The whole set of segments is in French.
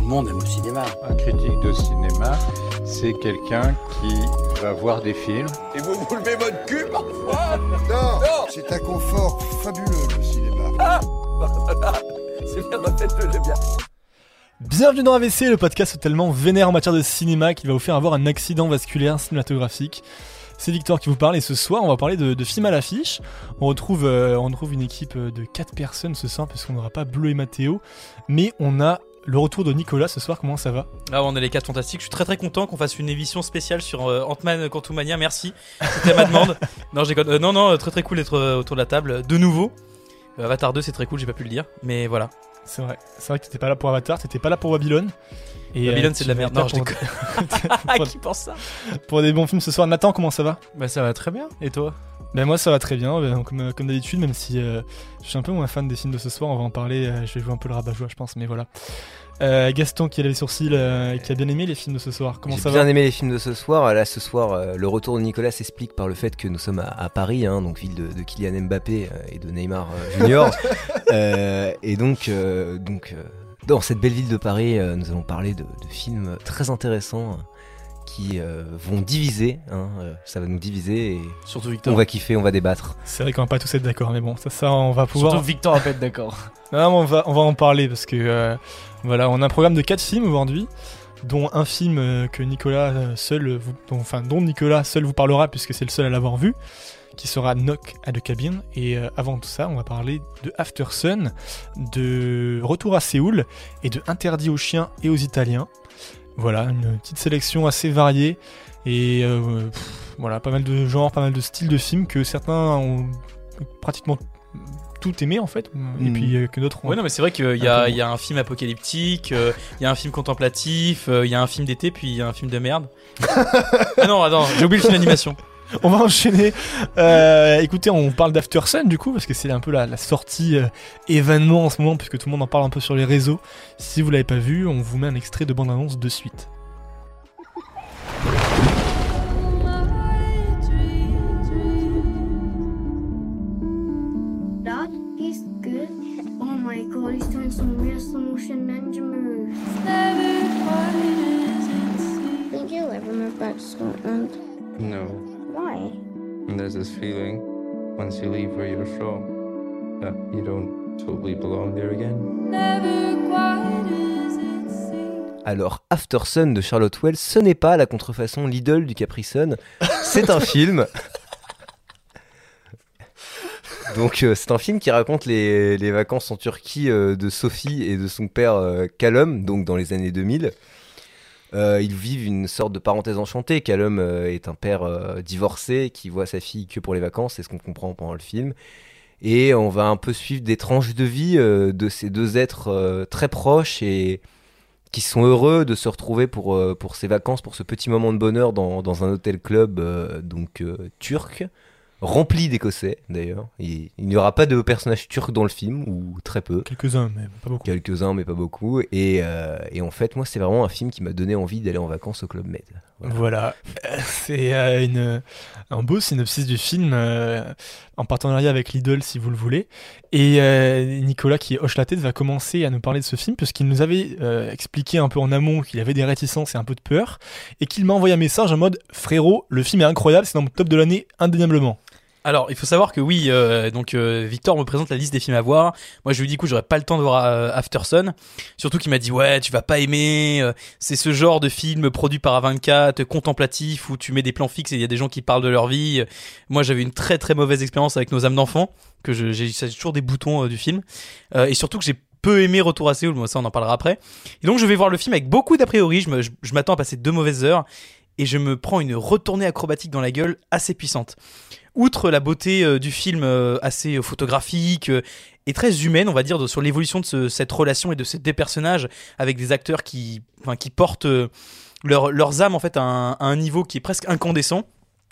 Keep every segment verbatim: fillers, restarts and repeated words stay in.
le monde aime le cinéma. Un critique de cinéma, c'est quelqu'un qui va voir des films. Et vous vous levez votre cul parfois ? Non, non. C'est un confort fabuleux, le cinéma. Ah c'est bien, faites-le, j'aime bien. Bienvenue dans A V C, le podcast totalement vénère en matière de cinéma qui va vous faire avoir un accident vasculaire cinématographique. C'est Victor qui vous parle et ce soir on va parler de, de films à l'affiche. On retrouve, euh, on retrouve une équipe de quatre personnes ce soir parce qu'on n'aura pas Bleu et Mathéo, mais on a le retour de Nicolas ce soir. Comment ça va ? Ah, on est les quatre fantastiques. Je suis très très content qu'on fasse une émission spéciale sur euh, Ant-Man Quantumania. Merci, c'était ma demande. Non, je déconne. Euh, non, non, très très cool d'être euh, autour de la table de nouveau. Euh, Avatar deux, c'est très cool, j'ai pas pu le dire, mais voilà. C'est vrai, c'est vrai que t'étais pas là pour Avatar, t'étais pas là pour Babylone. Et Babylone, euh, c'est de la merde. Non, je pour... déconne. Qui pense ça ? Pour des bons films ce soir. Nathan, comment ça va ? Bah ça va très bien. Et toi ? Ben moi ça va très bien, ben, comme, comme d'habitude, même si euh, je suis un peu moins fan des films de ce soir, on va en parler, euh, je vais jouer un peu le rabat-joie je pense, mais voilà. Euh, Gaston qui a les sourcils, euh, qui a bien aimé les films de ce soir, comment J'ai ça va ? J'ai bien aimé les films de ce soir, là ce soir euh, le retour de Nicolas s'explique par le fait que nous sommes à, à Paris, hein, donc ville de, de Kylian Mbappé euh, et de Neymar euh, Junior, euh, et donc, euh, donc euh, dans cette belle ville de Paris, euh, nous allons parler de, de films très intéressants, euh, qui euh, vont diviser, hein, euh, ça va nous diviser et surtout Victor. On va kiffer, on va débattre. C'est vrai qu'on va pas tous être d'accord, mais bon, ça, ça on va pouvoir. Surtout Victor va pas être d'accord. Non, on va, on va en parler parce que euh, voilà, on a un programme de quatre films aujourd'hui, dont un film euh, que Nicolas euh, seul, vous, dont, enfin dont Nicolas seul vous parlera puisque c'est le seul à l'avoir vu, qui sera Knock at the Cabin. Et euh, avant tout ça, on va parler de After Sun, de Retour à Séoul et de Interdit aux chiens et aux Italiens. Voilà, une petite sélection assez variée et euh, pff, voilà, pas mal de genres, pas mal de styles de films que certains ont pratiquement tout aimé en fait, et mmh. puis euh, que d'autres ont... Ouais, non mais c'est vrai qu'il y a, il y a un film apocalyptique, euh, il y a un film contemplatif, euh, il y a un film d'été, puis il y a un film de merde. Ah non, attends, j'ai oublié le film d'animation. On va enchaîner. Euh, écoutez, on parle d'After Sun du coup, parce que c'est un peu la, la sortie euh, événement en ce moment, puisque tout le monde en parle un peu sur les réseaux. Si vous l'avez pas vu, on vous met un extrait de bande-annonce de suite. Dad, he's good. Oh my god, he's doing some real slow motion ninja moves. Think you'll ever move back to Scotland? No. Why? And there's this feeling, once you leave where you're from, that you don't totally belong there again. Alors, After Sun de Charlotte Wells, ce n'est pas la contrefaçon Lidl du Capri Sun, c'est un film. Donc, euh, c'est un film qui raconte les, les vacances en Turquie euh, de Sophie et de son père euh, Callum, donc dans les années deux mille. Euh, ils vivent une sorte de parenthèse enchantée. Callum euh, est un père euh, divorcé qui voit sa fille que pour les vacances, c'est ce qu'on comprend pendant le film. Et on va un peu suivre des tranches de vie euh, de ces deux êtres euh, très proches et qui sont heureux de se retrouver pour, euh, pour ces vacances, pour ce petit moment de bonheur dans, dans un hôtel club euh, donc, euh, turc, rempli d'Écossais d'ailleurs. Il, il n'y aura pas de personnages turcs dans le film, ou très peu. Quelques-uns, mais pas beaucoup. Quelques-uns, mais pas beaucoup. Et, euh, et en fait, moi, c'est vraiment un film qui m'a donné envie d'aller en vacances au Club Med. Voilà, voilà. C'est euh, une, un beau synopsis du film, euh, en partenariat avec Lidl, si vous le voulez. Et euh, Nicolas, qui hoche la tête, va commencer à nous parler de ce film, puisqu'il nous avait euh, expliqué un peu en amont qu'il avait des réticences et un peu de peur, et qu'il m'a envoyé un message en mode « Frérot, le film est incroyable, c'est dans mon top de l'année, indéniablement ». Alors, il faut savoir que oui, euh, donc euh, Victor me présente la liste des films à voir. Moi, je lui dis, du coup, j'aurais pas le temps de voir euh, After Sun. Surtout qu'il m'a dit, ouais, tu vas pas aimer. Euh, c'est ce genre de film produit par A vingt-quatre, contemplatif, où tu mets des plans fixes et il y a des gens qui parlent de leur vie. Moi, j'avais une très très mauvaise expérience avec Nos âmes d'enfants, que je, j'ai, j'ai toujours des boutons euh, du film. Euh, et surtout que j'ai peu aimé Retour à Séoul. Moi, ça, on en parlera après. Et donc, je vais voir le film avec beaucoup d'a priori. Je, me, je, je m'attends à passer deux mauvaises heures. Et je me prends une retournée acrobatique dans la gueule assez puissante. Outre la beauté euh, du film euh, assez euh, photographique euh, et très humaine, on va dire, de, sur l'évolution de ce, cette relation et de ces deux personnages avec des acteurs qui, enfin, qui portent euh, leur, leurs âmes en fait à un, à un niveau qui est presque incandescent.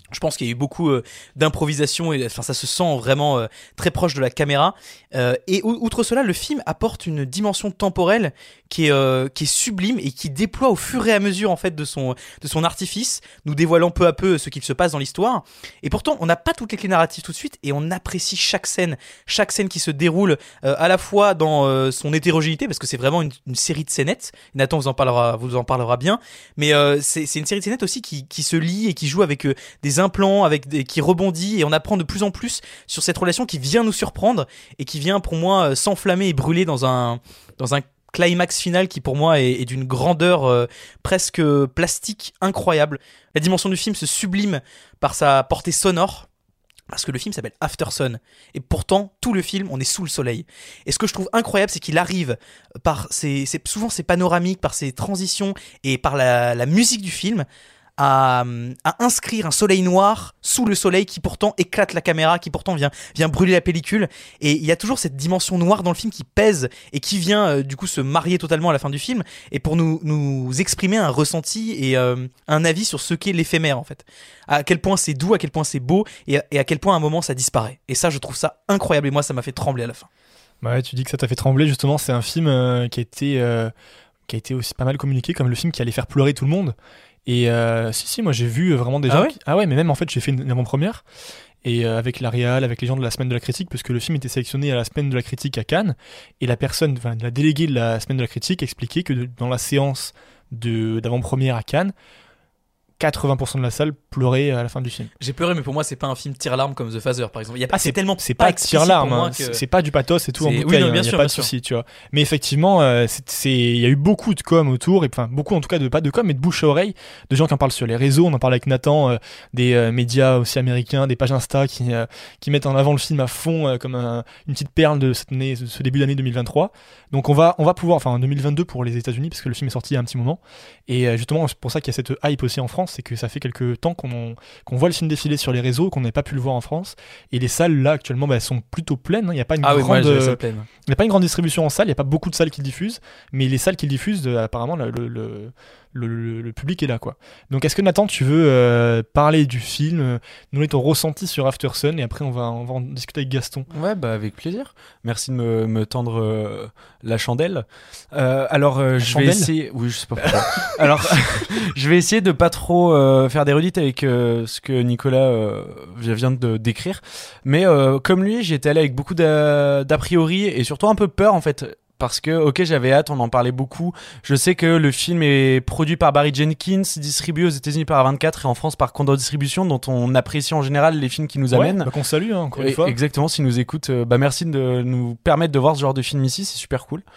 Je pense qu'il y a eu beaucoup euh, d'improvisation et enfin ça se sent vraiment euh, très proche de la caméra. Euh, et ou- outre cela, le film apporte une dimension temporelle qui est euh, qui est sublime et qui déploie au fur et à mesure en fait de son de son artifice, nous dévoilant peu à peu ce qu'il se passe dans l'histoire. Et pourtant, on n'a pas toutes les clés narratives tout de suite et on apprécie chaque scène, chaque scène qui se déroule euh, à la fois dans euh, son hétérogénéité parce que c'est vraiment une, une série de scénettes. Nathan vous en parlera vous en parlera bien, mais euh, c'est c'est une série de scénettes aussi qui qui se lie et qui joue avec euh, des implants, avec des, qui rebondit et on apprend de plus en plus sur cette relation qui vient nous surprendre et qui vient pour moi euh, s'enflammer et brûler dans un dans un climax final qui pour moi est, est d'une grandeur euh, presque plastique incroyable. La dimension du film se sublime par sa portée sonore. Parce que le film s'appelle After Sun. Et pourtant, tout le film, on est sous le soleil. Et ce que je trouve incroyable, c'est qu'il arrive par ses, ses, souvent ses panoramiques, par ses transitions et par la, la musique du film à, à inscrire un soleil noir sous le soleil qui pourtant éclate la caméra, qui pourtant vient, vient brûler la pellicule. Et il y a toujours cette dimension noire dans le film qui pèse et qui vient euh, du coup se marier totalement à la fin du film et pour nous, nous exprimer un ressenti et euh, un avis sur ce qu'est l'éphémère en fait. À quel point c'est doux, à quel point c'est beau et à, et à quel point à un moment ça disparaît. Et ça, je trouve ça incroyable et moi, ça m'a fait trembler à la fin. Bah ouais, tu dis que ça t'a fait trembler, justement, c'est un film euh, qui a été euh, qui a été aussi pas mal communiqué comme le film qui allait faire pleurer tout le monde. Et euh, si si moi j'ai vu vraiment des Ah gens ouais qui... ah ouais mais même en fait j'ai fait une, une avant-première et euh, avec la réal, avec les gens de la semaine de la critique parce que le film était sélectionné à la semaine de la critique à Cannes et la personne, enfin la déléguée de la semaine de la critique expliquait que de- dans la séance de d'avant-première à Cannes, quatre-vingts pour cent de la salle pleurait à la fin du film. J'ai pleuré, mais pour moi, c'est pas un film tire-larme comme The Father, par exemple. Il y a, Ah, c'est tellement c'est pas explicite tire-larme, pour moi hein, que- c'est c'est pas du pathos et tout en C'est- oui, bouteille, non, hein, bien y a sûr, pas bien de sûr. souci, tu vois. Mais effectivement, euh, c'est- c'est- il y a eu beaucoup de com autour, et enfin beaucoup en tout cas de pas de com, mais de bouche à oreille, de gens qui en parlent sur les réseaux. On en parle avec Nathan, euh, des euh, médias aussi américains, des pages Insta qui euh, qui mettent en avant le film à fond euh, comme un- une petite perle de cette année, ce début d'année deux mille vingt-trois. Donc on va on va pouvoir, enfin en deux mille vingt-deux pour les États-Unis parce que le film est sorti il y a un petit moment. Et euh, justement c'est pour ça qu'il y a cette hype aussi en France, c'est que ça fait quelques temps qu'on qu'on voit le film défiler sur les réseaux, qu'on n'avait pas pu le voir en France. Et les salles là actuellement bah, elles sont plutôt pleines. hein. Il n'y a pas une Ah oui, moi, grande, j'ai euh, ça pleine. il n'y a pas une grande distribution en salle, il n'y a pas beaucoup de salles qui le diffusent, mais les salles qui le diffusent, euh, apparemment, le, le, le, le- le public est là, quoi. Donc, est-ce que Nathan, tu veux euh, parler du film, euh, nous donner ton ressenti sur After Sun, et après, on va, on va en discuter avec Gaston. Ouais, bah avec plaisir. Merci de me, me tendre euh, la chandelle. Euh, alors, euh, je vais chandelle essayer. Oui, je sais pas pourquoi. alors, je vais essayer de pas trop euh, faire des redites avec euh, ce que Nicolas euh, vient de décrire. Mais euh, comme lui, j'étais allé avec beaucoup d'a, d'a priori et surtout un peu peur en fait. Parce que, ok, j'avais hâte, on en parlait beaucoup. Je sais que le film est produit par Barry Jenkins, distribué aux États-Unis par A vingt-quatre et en France par Condor Distribution, dont on apprécie en général les films qui nous amènent. Ouais, bah, qu'on salue, hein, encore Et- une fois. Exactement, s'ils nous écoutent, euh, bah merci de nous permettre de voir ce genre de film ici, c'est super cool.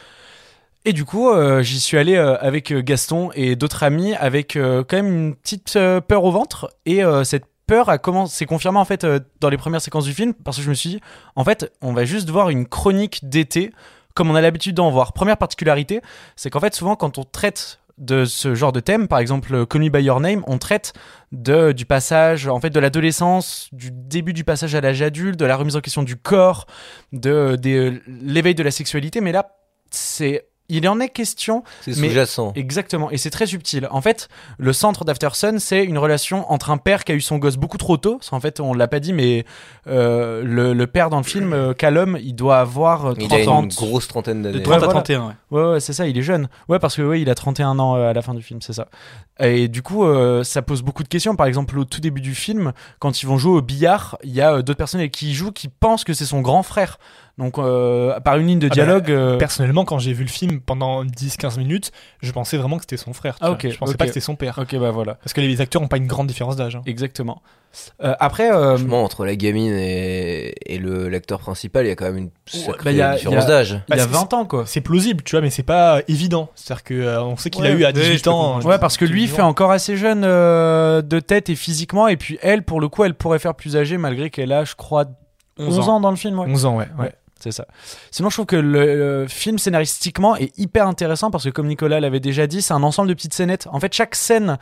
Et du coup, euh, j'y suis allé euh, avec euh, Gaston et d'autres amis, avec euh, quand même une petite euh, peur au ventre. Et euh, cette peur a commencé, s'est confirmée en fait euh, dans les premières séquences du film, parce que je me suis dit, en fait, on va juste voir une chronique d'été, comme on a l'habitude d'en voir. Première particularité, c'est qu'en fait, souvent, quand on traite de ce genre de thème, par exemple euh, Call Me By Your Name, on traite de, du passage, en fait, de l'adolescence, du début du passage à l'âge adulte, de la remise en question du corps, de, de l'éveil de la sexualité, mais là, c'est il en est question. C'est mais- sous-jacent. Exactement, et c'est très subtil. En fait, le centre d'After Sun, c'est une relation entre un père qui a eu son gosse beaucoup trop tôt. En fait, on l'a pas dit, mais euh, le, le père dans le film, euh, Callum, il doit avoir euh, Il trente a ans. une grosse trentaine De d'années. trente à voilà. trente et un, ouais. Ouais, ouais, c'est ça, il est jeune. Ouais, parce que ouais, il a trente et un ans euh, à la fin du film, c'est ça. Et du coup, euh, ça pose beaucoup de questions. Par exemple, au tout début du film, quand ils vont jouer au billard, il y a euh, d'autres personnes avec qui ils jouent qui pensent que c'est son grand frère. Donc, euh, par une ligne de Ah bah, dialogue. euh, Personnellement, quand j'ai vu le film pendant dix à quinze minutes, je pensais vraiment que c'était son frère. tu Ah, vois. ok, Je pensais ok. pas que c'était son père. Ok, bah voilà. Parce que les acteurs n'ont pas une grande différence d'âge. hein. Exactement. Euh, après, euh, Franchement, entre la gamine et, et le, l'acteur principal, il y a quand même une sacrée bah, il y a- différence il y a- d'âge. il y a Bah, c'est- vingt ans, quoi. C'est plausible, tu vois, mais c'est pas évident. C'est-à-dire que euh, on sait qu'il Ouais, a eu à ouais, je dix-huit peux ans. comprendre. Ouais, parce que lui, il dix-huit fait ans. encore assez jeune euh, de tête et physiquement. Et puis elle, pour le coup, elle pourrait faire plus âgée malgré qu'elle a, je crois, onze ans. dans le film. Ouais. onze ans, ouais. ouais. Ouais. C'est ça. Sinon, je trouve que le, le film scénaristiquement est hyper intéressant parce que, comme Nicolas l'avait déjà dit, c'est un ensemble de petites scénettes. En fait, chaque scène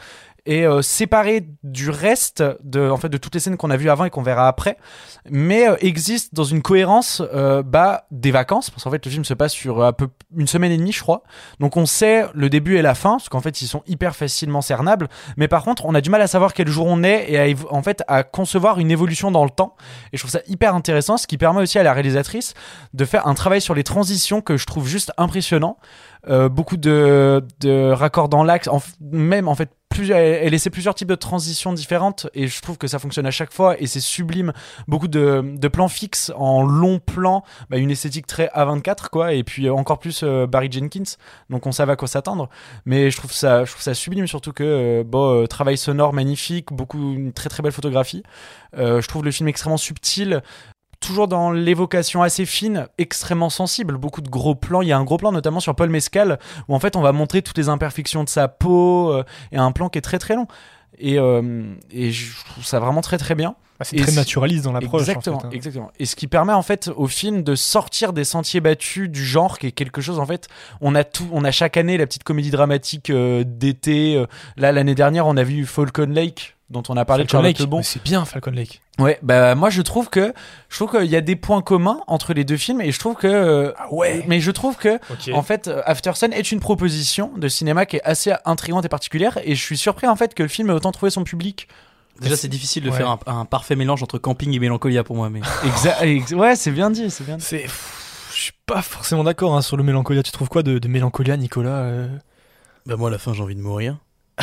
est euh, séparé du reste de, en fait, de toutes les scènes qu'on a vues avant et qu'on verra après, mais euh, existe dans une cohérence euh, bah, des vacances, parce qu'en fait le film se passe sur un peu une semaine et demie je crois, donc on sait le début et la fin, parce qu'en fait ils sont hyper facilement cernables, mais par contre on a du mal à savoir quel jour on est et à, évo- en fait à concevoir une évolution dans le temps, et je trouve ça hyper intéressant, ce qui permet aussi à la réalisatrice de faire un travail sur les transitions que je trouve juste impressionnant. Euh, beaucoup de, de raccords dans l'axe, en, même en fait plusieurs, elle, elle essaie plusieurs types de transitions différentes et je trouve que ça fonctionne à chaque fois et c'est sublime. Beaucoup de, de plans fixes en long plan, bah, une esthétique très A vingt-quatre quoi, et puis encore plus euh, Barry Jenkins, donc on savait à quoi s'attendre, mais je trouve ça, je trouve ça sublime, surtout que euh, bon, euh, travail sonore magnifique, beaucoup, une très très belle photographie. Euh, je trouve le film extrêmement subtil, toujours dans l'évocation assez fine, extrêmement sensible, beaucoup de gros plans. Il y a un gros plan notamment sur Paul Mescal où en fait on va montrer toutes les imperfections de sa peau, euh, et un plan qui est très très long, et, euh, et je trouve ça vraiment très très bien. Ah, c'est Et très c'est- naturaliste dans l'approche. Exactement, en fait, hein. exactement. Et ce qui permet en fait au film de sortir des sentiers battus du genre, qui est quelque chose en fait. On a tout, on a chaque année la petite comédie dramatique euh, d'été. Euh, là l'année dernière on a vu Falcon Lake, dont on a parlé de Falcon Charlotte Lake, Lebon. mais c'est bien Falcon Lake. Ouais, bah moi je trouve que je trouve qu'il y a des points communs entre les deux films et je trouve que euh, ouais. mais je trouve que Ok. en fait euh, Aftersun est une proposition de cinéma qui est assez intrigante et particulière, et je suis surpris en fait que le film ait autant trouvé son public. Déjà, c'est difficile de Ouais. faire un, un parfait mélange entre camping et mélancolia pour moi. Mais Exa- ex- ouais, c'est bien dit, c'est bien dit. C'est, pff, je suis pas forcément d'accord hein, sur le Mélancolia. Tu trouves quoi de, de Mélancolia, Nicolas euh bah moi, à la fin, j'ai envie de mourir.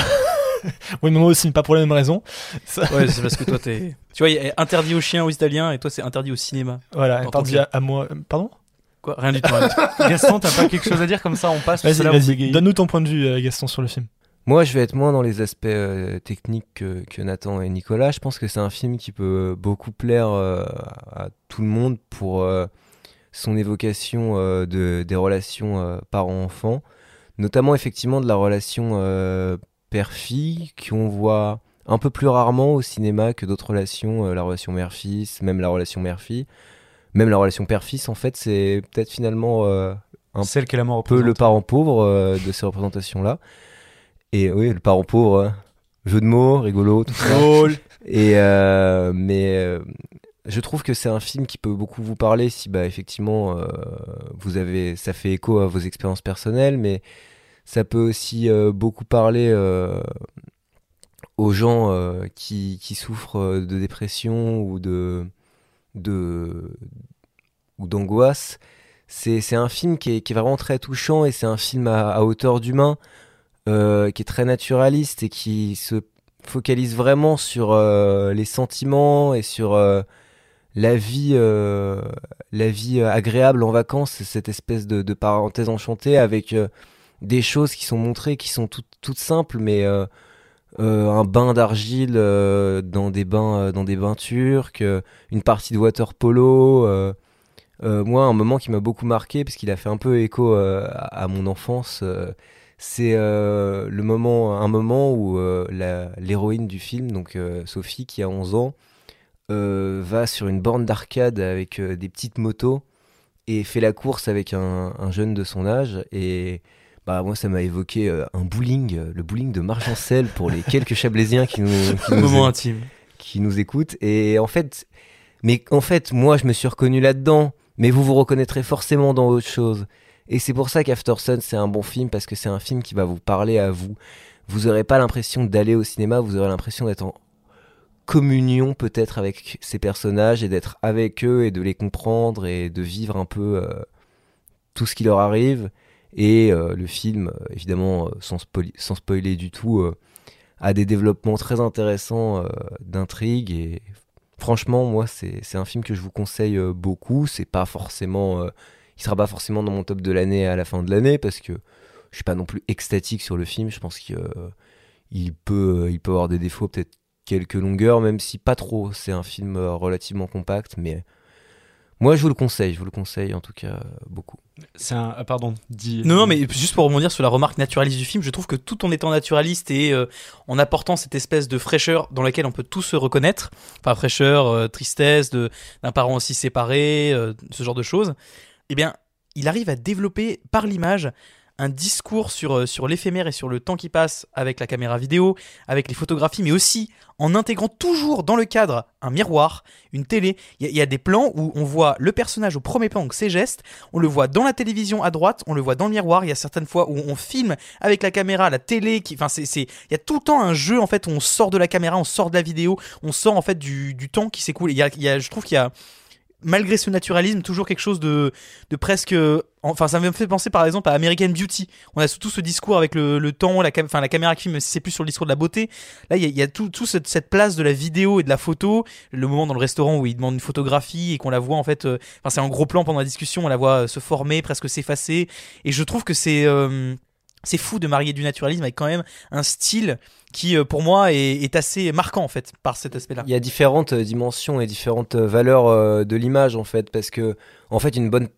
Oui, mais moi aussi, mais pas pour la même raison. Ça- Ouais, c'est parce que toi, t'es. Tu vois, il est interdit aux chiens, aux Italiens, et toi, c'est interdit au cinéma. Voilà, En interdit tant à, à moi. euh, Pardon Quoi Rien du tout. Rien du tout. Gaston, t'as pas quelque chose à dire comme ça, on passe. parce que Vas-y, là, vous vas-y. bégayez. Donne-nous ton point de vue, euh, Gaston, sur le film. Moi, je vais être moins dans les aspects euh, techniques que, que Nathan et Nicolas. Je pense que c'est un film qui peut beaucoup plaire euh, à tout le monde pour euh, son évocation euh, de, des relations euh, parents-enfants, notamment effectivement de la relation euh, père-fille qu'on voit un peu plus rarement au cinéma que d'autres relations, euh, la relation mère-fils, même la relation mère-fille, même la relation père-fils. En fait, c'est peut-être finalement euh, un Celle qui est la mort peu le représente. parent pauvre euh, de ces représentations-là. Et oui, le parent pauvre, hein. Jeu de mots, rigolo, tout ça. Et euh, mais euh, je trouve que c'est un film qui peut beaucoup vous parler si bah effectivement euh, vous avez, ça fait écho à vos expériences personnelles, mais ça peut aussi euh, beaucoup parler euh, aux gens euh, qui, qui souffrent de dépression ou de de ou d'angoisse. C'est c'est un film qui est, qui est vraiment très touchant, et c'est un film à, à hauteur d'humain. Euh, qui est très naturaliste et qui se focalise vraiment sur euh, les sentiments et sur euh, la vie, euh, la vie euh, agréable en vacances, cette espèce de, de parenthèse enchantée avec euh, des choses qui sont montrées, qui sont toutes, toutes simples, mais euh, euh, un bain d'argile euh, dans des bains, euh, dans des bains turcs, euh, une partie de water polo. Euh, euh, moi, un moment qui m'a beaucoup marqué parce qu'il a fait un peu écho euh, à, à mon enfance. Euh, C'est euh, le moment, un moment où euh, la- l'héroïne du film, donc euh, Sophie, qui a onze ans, euh, va sur une borne d'arcade avec euh, des petites motos et fait la course avec un, un jeune de son âge. Et bah, moi, ça m'a évoqué euh, un bowling, euh, le bowling de Margencel pour les quelques Chablaisiens qui nous, qui nous, Moment intime. qui nous écoutent. Et en fait, mais en fait, moi, je me suis reconnu là-dedans, mais vous vous reconnaîtrez forcément dans autre chose. Et c'est pour ça qu'Aftersun, c'est un bon film, parce que c'est un film qui va vous parler à vous. Vous n'aurez pas l'impression d'aller au cinéma, vous aurez l'impression d'être en communion peut-être avec ces personnages et d'être avec eux et de les comprendre et de vivre un peu euh, tout ce qui leur arrive. Et euh, le film, euh, évidemment, euh, sans, spoil- sans spoiler du tout, euh, a des développements très intéressants euh, d'intrigue. Et franchement, moi, c'est, c'est un film que je vous conseille euh, beaucoup. C'est pas forcément... euh, il sera pas forcément dans mon top de l'année à la fin de l'année parce que je suis pas non plus extatique sur le film. Je pense qu'il euh, il peut, il peut avoir des défauts, peut-être quelques longueurs, même si pas trop. C'est un film euh, relativement compact, mais moi je vous le conseille, je vous le conseille en tout cas euh, beaucoup. C'est un. ah, pardon, dis. Non, non, mais juste pour rebondir sur la remarque naturaliste du film, je trouve que tout en étant naturaliste et euh, en apportant cette espèce de fraîcheur dans laquelle on peut tous se reconnaître, enfin fraîcheur, euh, tristesse, de, d'un parent aussi séparé, euh, ce genre de choses, eh bien, il arrive à développer par l'image un discours sur, euh, sur l'éphémère et sur le temps qui passe avec la caméra vidéo, avec les photographies, mais aussi en intégrant toujours dans le cadre un miroir, une télé. Il y, y a des plans où on voit le personnage au premier plan, donc ses gestes, on le voit dans la télévision à droite, on le voit dans le miroir. Il y a certaines fois où on filme avec la caméra, la télé, qui, enfin c'est, c'est, il y a tout le temps un jeu en fait où on sort de la caméra, on sort de la vidéo, on sort en fait du, du temps qui s'écoule. Il y a, il y a, je trouve qu'il y a malgré ce naturalisme, toujours quelque chose de, de presque... Enfin, ça me fait penser par exemple à American Beauty. On a tout ce discours avec le, le temps, la, cam- enfin, la caméra qui filme, c'est plus sur le discours de la beauté. Là, il y a, il y a tout, tout cette, cette place de la vidéo et de la photo. Le moment dans le restaurant où il demande une photographie et qu'on la voit en fait... Euh, enfin, c'est un gros plan pendant la discussion, on la voit se former, presque s'effacer. Et je trouve que c'est... Euh, c'est fou de marier du naturalisme avec quand même un style qui, pour moi, est, est assez marquant en fait par cet aspect-là. Il y a différentes dimensions et différentes valeurs euh, de l'image en fait, parce que en fait une bonne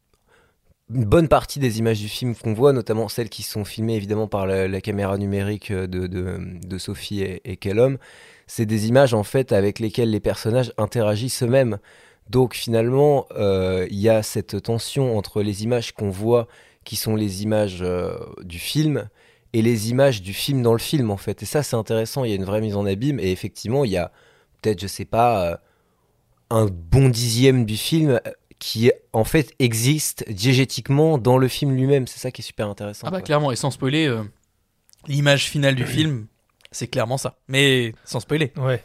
une bonne partie des images du film qu'on voit, notamment celles qui sont filmées évidemment par la, la caméra numérique de, de, de Sophie et, et Callum, c'est des images en fait avec lesquelles les personnages interagissent eux-mêmes. Donc finalement, euh, il y a cette tension entre les images qu'on voit, qui sont les images euh, du film, et les images du film dans le film, en fait. Et ça, c'est intéressant, il y a une vraie mise en abîme, et effectivement, il y a peut-être, je sais pas, euh, un bon dixième du film qui, en fait, existe diégétiquement dans le film lui-même. C'est ça qui est super intéressant. Ah bah quoi. clairement, et sans spoiler, euh, l'image finale du film... C'est clairement ça, mais sans spoiler. Ouais.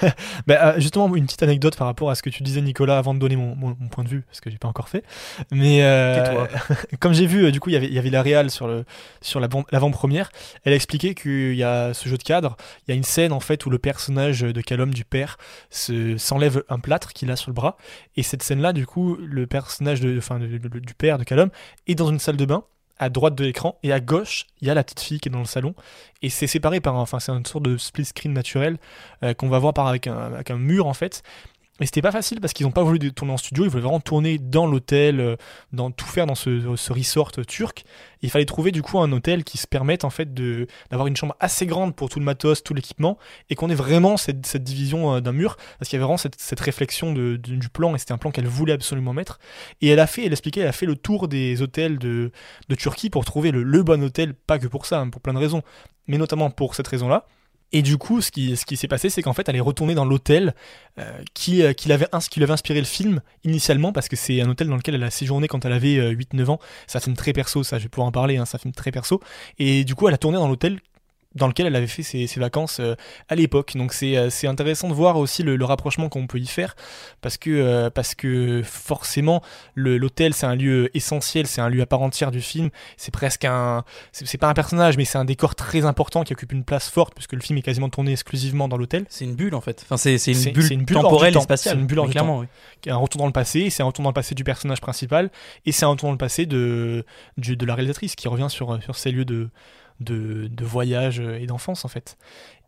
bah, euh, justement, une petite anecdote par rapport à ce que tu disais, Nicolas, avant de donner mon, mon, mon point de vue, parce que j'ai pas encore fait. Mais euh, comme j'ai vu, euh, du coup, il y avait, il y avait la réal sur, le, sur la, l'avant-première. Elle a expliqué qu'il y a ce jeu de cadre. Il y a une scène en fait où le personnage de Callum, du père, se, s'enlève un plâtre qu'il a sur le bras. Et cette scène-là, du coup, le personnage de, enfin, de, de, du père de Callum est dans une salle de bain. À droite de l'écran, et à gauche, il y a la petite fille qui est dans le salon, et c'est séparé par un, enfin c'est une sorte de split screen naturel euh, qu'on va voir par avec un, avec un mur en fait. Et c'était pas facile parce qu'ils n'ont pas voulu tourner en studio, ils voulaient vraiment tourner dans l'hôtel, euh, dans tout faire dans ce, ce resort turc. Et il fallait trouver du coup un hôtel qui se permette en fait de d'avoir une chambre assez grande pour tout le matos, tout l'équipement, et qu'on ait vraiment cette, cette division euh, d'un mur, parce qu'il y avait vraiment cette, cette réflexion de, de, du plan, et c'était un plan qu'elle voulait absolument mettre. Et elle a fait, elle expliquait, elle a fait le tour des hôtels de, de Turquie pour trouver le, le bon hôtel, pas que pour ça, hein, pour plein de raisons, mais notamment pour cette raison-là. Et du coup, ce qui, ce qui s'est passé, c'est qu'en fait, elle est retournée dans l'hôtel euh, qui, euh, qui, l'avait, qui lui avait inspiré le film initialement, parce que c'est un hôtel dans lequel elle a séjourné quand elle avait euh, huit neuf ans. C'est un film très perso, ça, je vais pouvoir en parler, hein, c'est un film très perso. Et du coup, elle a tourné dans l'hôtel dans lequel elle avait fait ses, ses vacances euh, à l'époque. Donc c'est, euh, c'est intéressant de voir aussi le, le rapprochement qu'on peut y faire, parce que, euh, parce que forcément le, l'hôtel c'est un lieu essentiel, c'est un lieu à part entière du film, c'est presque un... C'est, c'est pas un personnage, mais c'est un décor très important qui occupe une place forte, puisque le film est quasiment tourné exclusivement dans l'hôtel. C'est une bulle en fait, enfin c'est, c'est, une, c'est, bulle c'est une bulle temporelle et spatiale. C'est une bulle hors du clairement, temps. Oui. Un retour dans le passé, c'est un retour dans le passé du personnage principal, et c'est un retour dans le passé de, du, de la réalisatrice qui revient sur, sur ces lieux de... De, de voyage et d'enfance en fait.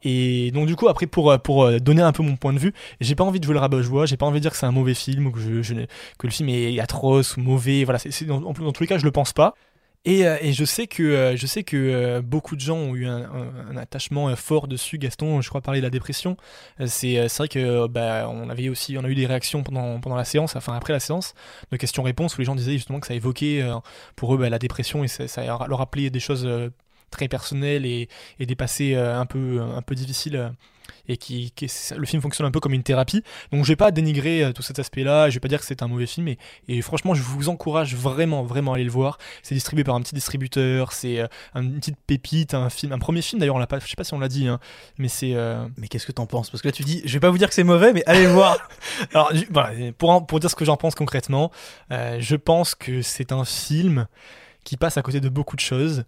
Et donc du coup après pour, pour donner un peu mon point de vue, j'ai pas envie de jouer le rabat-joie, j'ai pas envie de dire que c'est un mauvais film ou que, je, je, que le film est atroce ou mauvais, voilà, c'est, c'est, dans, dans tous les cas je le pense pas. Et, et je sais que, je sais que beaucoup de gens ont eu un, un, un attachement fort dessus. Gaston, je crois, parler de la dépression. C'est, c'est vrai que bah, on avait aussi, on a eu des réactions pendant, pendant la séance, enfin après la séance, de questions-réponses où les gens disaient justement que ça évoquait pour eux bah, la dépression, et ça, ça leur rappelait des choses très personnel et, et des passés euh, un peu un peu difficiles euh, et qui, qui le film fonctionne un peu comme une thérapie. Donc je vais pas dénigrer euh, tout cet aspect-là, je vais pas dire que c'est un mauvais film, et, et franchement je vous encourage vraiment vraiment à aller le voir. C'est distribué par un petit distributeur, c'est euh, une petite pépite, un film, un premier film d'ailleurs, on l'a pas, je sais pas si on l'a dit, hein, mais c'est. Euh... Mais qu'est-ce que t'en penses? Parce que là tu dis, je vais pas vous dire que c'est mauvais, mais allez le voir. Alors voilà, pour pour dire ce que j'en pense concrètement, euh, je pense que c'est un film qui passe à côté de beaucoup de choses,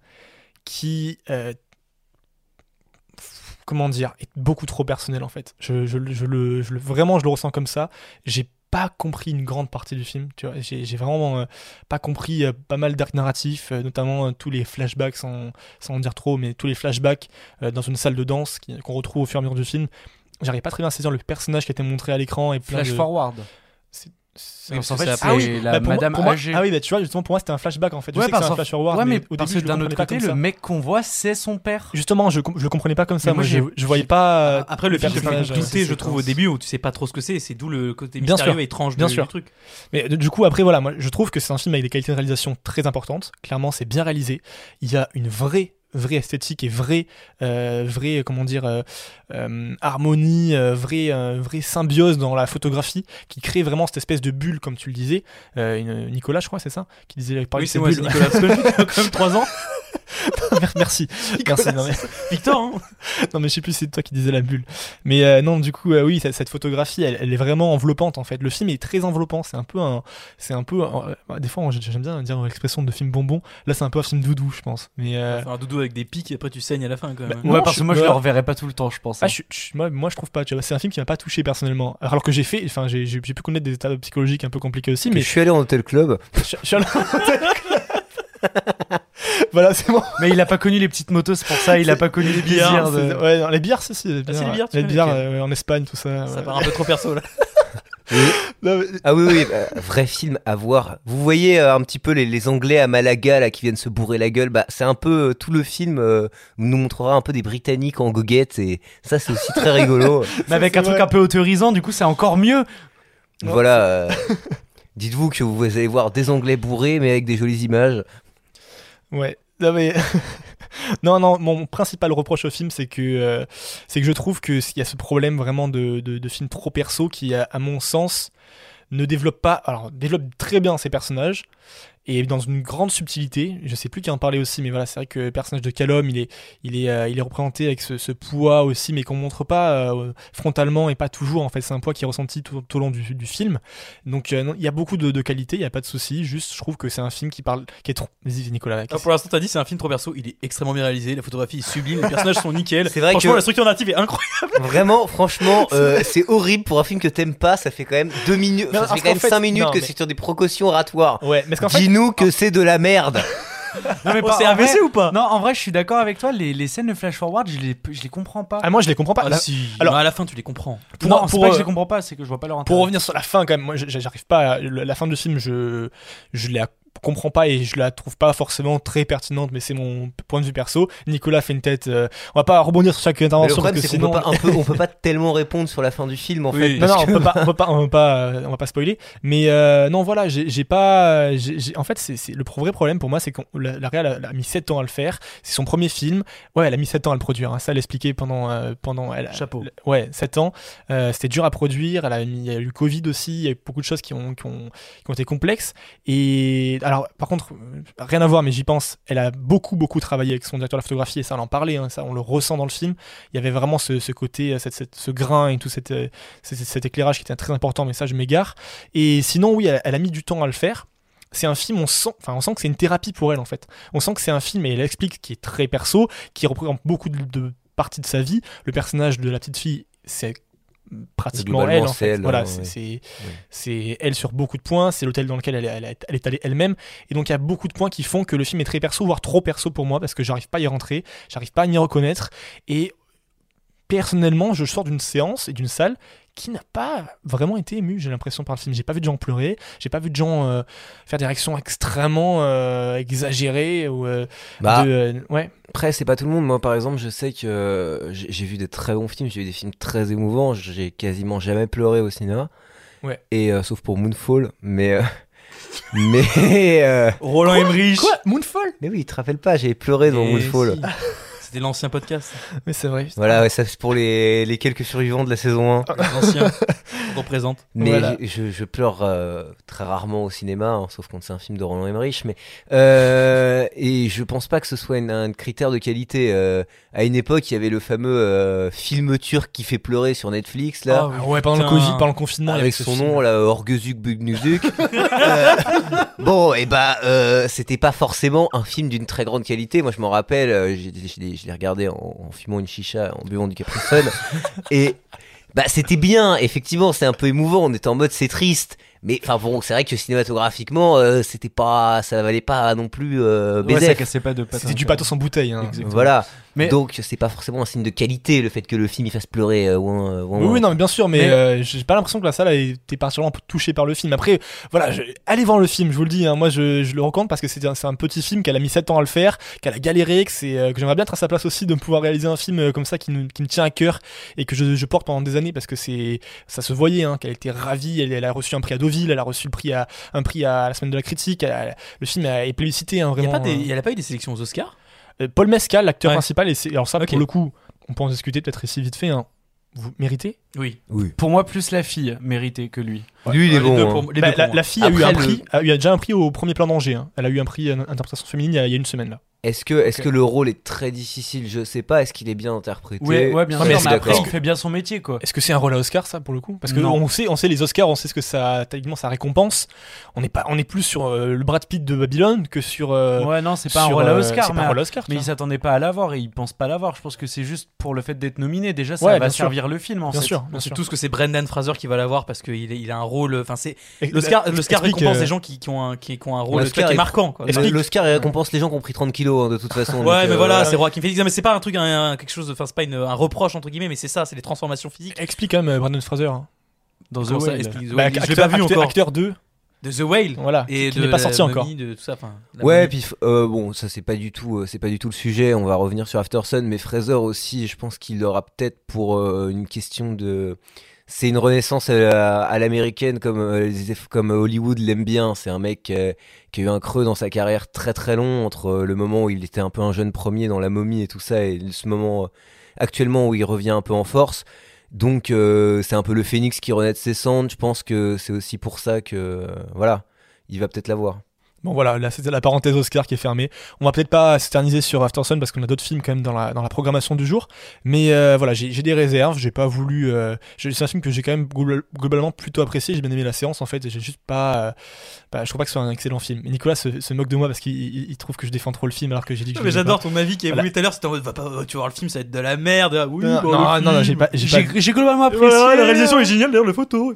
qui euh, comment dire, est beaucoup trop personnel en fait. Je, je, je le, je le, vraiment, je le ressens comme ça. J'ai pas compris une grande partie du film, tu vois. J'ai, j'ai vraiment euh, pas compris euh, pas mal d'arcs narratifs, euh, notamment euh, tous les flashbacks, sans, sans en dire trop, mais tous les flashbacks euh, dans une salle de danse qui, qu'on retrouve au fur et à mesure du film. J'arrive pas très bien à saisir le personnage qui a été montré à l'écran. Et plein Flash de... forward. C'est... C'est- Parce qu'en c'est fait, après- c'est Ah oui, la bah, pour moi- madame pour moi- âgée. Ah oui, bah tu vois, justement, pour moi, c'était un flashback en fait. Je Ouais, sais que c'est parce un qu'en- flash forward, ouais, mais, mais au parce début, que je le d'un autre comprenais pas côté, comme le ça. mec qu'on voit, c'est son père. Justement, je, com- je le comprenais pas comme ça. Mais moi, Moi, j'ai- je, je voyais pas. euh, Après, le film te fait personnage, douter, euh, je trouve, au début où tu sais pas trop ce que c'est. C'est d'où le côté Bien mystérieux sûr. et étrange Bien du, sûr. du truc. Mais euh, du coup, après, voilà, moi, je trouve que c'est un film avec des qualités de réalisation très importantes. Clairement, c'est bien réalisé. Il y a une vraie, vraie esthétique et vraie, euh, vraie, comment dire, euh, euh, harmonie, euh, vraie, euh, vraie symbiose dans la photographie qui crée vraiment cette espèce de bulle, comme tu le disais. Euh, une- Nicolas, je crois, c'est ça, qui disait. parlait Oui, de c'est ces moi, c'est bulles. Nicolas. Parce que le film, il a quand même trois ans. Merci. Merci. Non, mais... Victor, hein. non mais je sais plus, c'est toi qui disais la bulle. Mais euh, non, du coup, euh, oui, cette, cette photographie, elle, elle est vraiment enveloppante en fait. Le film est très enveloppant. C'est un peu un, c'est un peu, un- euh, des fois, j'aime bien dire l'expression de film bonbon. Là, c'est un peu un film doudou, je pense. Mais euh, Faire un doudou avec des pics et après tu saignes à la fin quand même. Bah, Ouais, Non, parce je- que moi, je ouais. le reverrai pas tout le temps, je pense. ah, hein. je, je- moi, moi, je trouve pas. Tu vois, c'est un film qui m'a pas touché personnellement. Alors que j'ai fait, enfin, j'ai, j'ai j'ai pu connaître des états psychologiques un peu compliqués aussi, Mais mais je suis allé en hôtel club. je, je suis allé- Voilà, c'est bon. Mais il a pas connu les petites motos, c'est pour ça. Il a pas connu les bières. C'est- de- Ouais, non, les bières, si, si, les Ah, si, les bières, tu les connais, bières ok. euh, en Espagne, tout ça. Ça ouais. part un peu trop perso là. Non, mais- Ah oui, oui, bah, vrai film à voir. Vous voyez euh, un petit peu les, les Anglais à Malaga là qui viennent se bourrer la gueule. Bah, c'est un peu euh, tout le film euh, nous montrera un peu des Britanniques en goguette et ça c'est aussi très rigolo. Mais avec c'est un truc vrai. un peu autorisant, du coup, c'est encore mieux. Non, Voilà. euh, dites-vous que vous allez voir des Anglais bourrés mais avec des jolies images. Ouais. Non, mais... non, non, mon principal reproche au film, c'est que, euh, c'est que je trouve qu'il y a ce problème vraiment de, de, de film trop perso qui, à, à mon sens, ne développe pas. Alors, développe très bien ses personnages et dans une grande subtilité. Je sais plus qui en parlait aussi, mais voilà, c'est vrai que le personnage de Callum, il est, il est, euh, il est représenté avec ce, ce poids aussi, mais qu'on montre pas euh, frontalement et pas toujours. En fait, c'est un poids qui est ressenti tout, tout au long du, du film. Donc, euh, non, il y a beaucoup de, de qualités, il y a pas de souci. Juste, je trouve que c'est un film qui parle, qui est trop. Vas-y, Nicolas. Ah, qu'est-ce- pour l'instant, t'as dit c'est un film trop perso. Il est extrêmement bien réalisé. La photographie est sublime. Les personnages sont nickel. C'est vrai Franchement, que- la structure narrative est incroyable. Vraiment, franchement, euh, c'est horrible pour un film que t'aimes pas. Ça fait quand même deux minutes, Non, enfin, ça parce fait quand même qu'en fait- cinq minutes non, que mais- c'est sur des précautions oratoires. Ouais, mais parce qu'en fait, Dis-nous que c'est de la merde. Non, mais Oh, pas- c'est en A V C vrai- ou pas Non, en vrai, je suis d'accord avec toi. Les, les scènes de flash forward, je les, je les comprends pas. ah, moi je les comprends pas. Ah, Là, si. alors- Non, à la fin, tu les comprends. pour- non, pour, c'est pas que je euh, les comprends pas, c'est que je vois pas leur intérêt. pour revenir sur la fin, quand même, moi j- j'arrive pas. À, le- la fin du film, je, je la comprends pas et je la trouve pas forcément très pertinente, mais c'est mon point de vue perso. Nicolas fait une tête. euh, on va pas rebondir sur chaque Mais le intervention problème, parce que c'est sinon. qu'on peut pas, un peu, on peut pas tellement répondre sur la fin du film en Oui. fait. Non, non, parce on que- peut pas, on peut pas, on va pas, euh, on va pas spoiler. Mais euh, non, voilà, j'ai j'ai pas. j'ai- j'ai- en fait, c'est c'est- le vrai problème pour moi, c'est que la, la Réal a, a mis sept ans à le faire. C'est son premier film. Ouais, elle a mis sept ans à le produire. Hein. Ça, elle l'expliquait pendant, euh, pendant. Elle, Chapeau. elle- ouais, sept ans. Euh, C'était dur à produire. Elle a mis, il y a eu le Covid aussi. Il y a eu beaucoup de choses qui ont, qui ont, qui ont été complexes. Et alors, par contre, euh, rien à voir, mais j'y pense. Elle a beaucoup, beaucoup travaillé avec son directeur de la photographie et ça, on en parlait. Hein, ça, on le ressent dans le film. Il y avait vraiment ce, ce côté, euh, cette, cette- ce grain et tout cette, euh, cet, cet éclairage qui était très important, mais ça, je m'égare. Et sinon, oui, elle, elle a mis du temps à le faire. C'est un film, on sent, enfin, on sent que c'est une thérapie pour elle en fait. On sent que c'est un film, et elle explique, qui est très perso, qui représente beaucoup de, de parties de sa vie. Le personnage de la petite fille, c'est pratiquement Globalement, elle en c'est fait. elle, Voilà, ouais, c'est, ouais. c'est, c'est elle sur beaucoup de points. C'est l'hôtel dans lequel elle, est- elle, est- elle est allée elle-même. Et donc il y a beaucoup de points qui font que le film est très perso, voire trop perso pour moi, parce que j'arrive pas à y rentrer, j'arrive pas à m'y reconnaître. Et personnellement, je sors d'une séance et d'une salle qui n'a pas vraiment été ému, j'ai l'impression, par le film. J'ai pas vu de gens pleurer, j'ai pas vu de gens euh, faire des réactions extrêmement euh, exagérées ou euh, Bah, de, euh, ouais. Après, c'est pas tout le monde. Moi, par exemple, je sais que euh, j'ai j'ai vu des très bons films, j'ai vu des films très émouvants. J'ai quasiment jamais pleuré au cinéma. Ouais. Et euh, sauf pour Moonfall, mais euh, mais euh, Roland Emmerich. Quoi, Moonfall? mais oui, tu te rappelles pas, j'ai pleuré dans Et Moonfall. si. C'était l'ancien podcast. Mais c'est vrai. putain. Voilà, ouais, ça c'est pour les, les quelques survivants de la saison un. L'ancien. On représente. Mais Voilà. je, je- je pleure euh, très rarement au cinéma, hein, sauf quand c'est un film de Roland Emmerich. Mais euh, et je pense pas que ce soit une- un critère de qualité. Euh, à une époque, il y avait le fameux euh, film turc qui fait pleurer sur Netflix là. Ah oui. Ah ouais, pendant le, Putain. Covid, pendant le confinement, il y avait Avec ce son film. nom là, Orgezuk Bugnuzuk. Euh, bon, et bah, euh, c'était pas forcément un film d'une très grande qualité. Moi, je m'en rappelle, euh, j'ai- je l'ai je l'ai regardé en, en fumant une chicha, en buvant du Capri Sun, et bah, c'était bien. Effectivement, c'est un peu émouvant. On était en mode c'est triste, Mais enfin bon, c'est vrai que cinématographiquement, euh, c'était pas, ça valait pas non plus euh, Ouais, B Z F. ça cassait pas de patin. C'était du pathos en bouteille. Hein. Exactement. Voilà. Mais- Donc c'est pas forcément un signe de qualité le fait que le film il fasse pleurer. Euh, ouin, euh, ouin, Oui, ouin. oui, non, mais bien sûr, mais, Mais- euh, j'ai pas l'impression que la salle a été particulièrement touchée par le film. Après, voilà, je- allez voir le film, je vous le dis. Hein, moi, je, je le recommande parce que c'est un, c'est un petit film qu'elle a mis sept ans à le faire, qu'elle a galéré, que, c'est, euh, que j'aimerais bien être à sa place aussi de pouvoir réaliser un film euh, comme ça qui, nous- qui me tient à cœur et que je, je porte pendant des années parce que c'est, ça se voyait, hein, qu'elle était ravie. Elle, elle a reçu un prix à Deauville, elle a reçu le prix à, un prix à la semaine de la critique. Elle a- le film a été plébiscité, hein, Il y a vraiment. pas des- hein. il y a pas eu des sélections aux Oscars? Euh, Paul Mescal, l'acteur Ouais. principal, et c'est, alors ça, Ok. pour le coup, on peut en discuter peut-être ici vite fait. Hein. Vous méritez? Oui. Oui. Pour moi, plus la fille méritait que lui. Lui il est Ouais, les bon. deux hein. pour- les Bah, deux pour la, moi. la fille a eu Après, un le- prix, a eu déjà un prix au premier plan d'Angers. Hein. Elle a eu un prix en interprétation féminine il y a, il y a une semaine là. Est-ce que, est-ce Ok. que le rôle est très difficile? Je sais pas. Est-ce qu'il est bien interprété? Ouais, ouais, bien Non, sûr. mais Mais, c'est après, d'accord. il fait bien son métier, quoi. Est-ce que c'est un rôle à Oscar ça pour le coup? Parce que Non. on sait, on sait les Oscars, on sait ce que ça, techniquement ça récompense. On n'est pas, on est plus sur euh, le Brad Pitt de Babylone que sur. euh, Ouais, non, c'est pas un sur, rôle à euh, Oscar, c'est mais, pas un rôle à Oscar. mais tu il vois. s'attendait pas à l'avoir et il pense pas l'avoir. Je pense que c'est juste pour le fait d'être nominé. Déjà, ça Ouais, va bien sûr. servir le film, en Bien fait. sûr, bien On sait sûr. tous que c'est Brendan Fraser qui va l'avoir parce qu'il est- il a un rôle. Enfin, c'est Et- l'Oscar. euh, L'Oscar explique, récompense euh, des gens qui, qui ont un qui, qui ont un rôle L'Oscar qui est est- marquant. Quoi. Explique. L'Oscar il récompense les gens qui ont pris trente kilos hein, de toute façon. Ouais, donc, mais euh, voilà, ouais. c'est Joaquin Phoenix. Non, mais c'est pas un truc, un, un- quelque chose. Enfin, c'est pas une, un reproche entre guillemets, mais c'est ça, c'est les transformations physiques. Explique quand même euh, Brandon Fraser. Hein. Dans The Comment ça, Whale. explique The Bah, Whale. Je l'ai acteur, pas vu acteur, encore. acteur deux, De The Whale. voilà, Et qui de n'est pas la sorti encore. momie, de tout ça. Enfin, la Ouais, momie. puis euh, bon, ça c'est pas du tout, euh, c'est pas du tout le sujet. On va revenir sur After Sun, mais Fraser aussi, je pense qu'il aura peut-être pour euh, une question de, c'est une renaissance à, la- à l'américaine comme euh, les- comme Hollywood l'aime bien. C'est un mec euh, qui a eu un creux dans sa carrière très très long entre euh, le moment où il était un peu un jeune premier dans La Momie et tout ça et ce moment euh, actuellement où il revient un peu en force. Donc euh, c'est un peu le phénix qui renaît de ses cendres. Je pense que c'est aussi pour ça que euh, voilà, il va peut-être l'avoir. Bon voilà, là c'était la parenthèse Oscar qui est fermée. On va peut-être pas s'éterniser sur After Sun parce qu'on a d'autres films quand même dans la, dans la programmation du jour. Mais euh, voilà, j'ai, j'ai des réserves, j'ai pas voulu... Euh, j'ai- c'est un film que j'ai quand même global- globalement plutôt apprécié, j'ai bien aimé la séance en fait, et j'ai juste pas... Euh, bah, je trouve pas que ce soit un excellent film. Et Nicolas se, se moque de moi parce qu'il il- il trouve que je défends trop le film alors que j'ai dit que je Mais l'aimais j'adore ton avis qui est Voilà. voulu tout à l'heure. C'était en mode, va pas, tu vas voir le film, ça va être de la merde. Ah, oui, pas. bon, Non, le non, non, non, film. j'ai pas... J'ai pas... J'ai j'ai globalement apprécié. Voilà, la réalisation est géniale, d'ailleurs, les photos.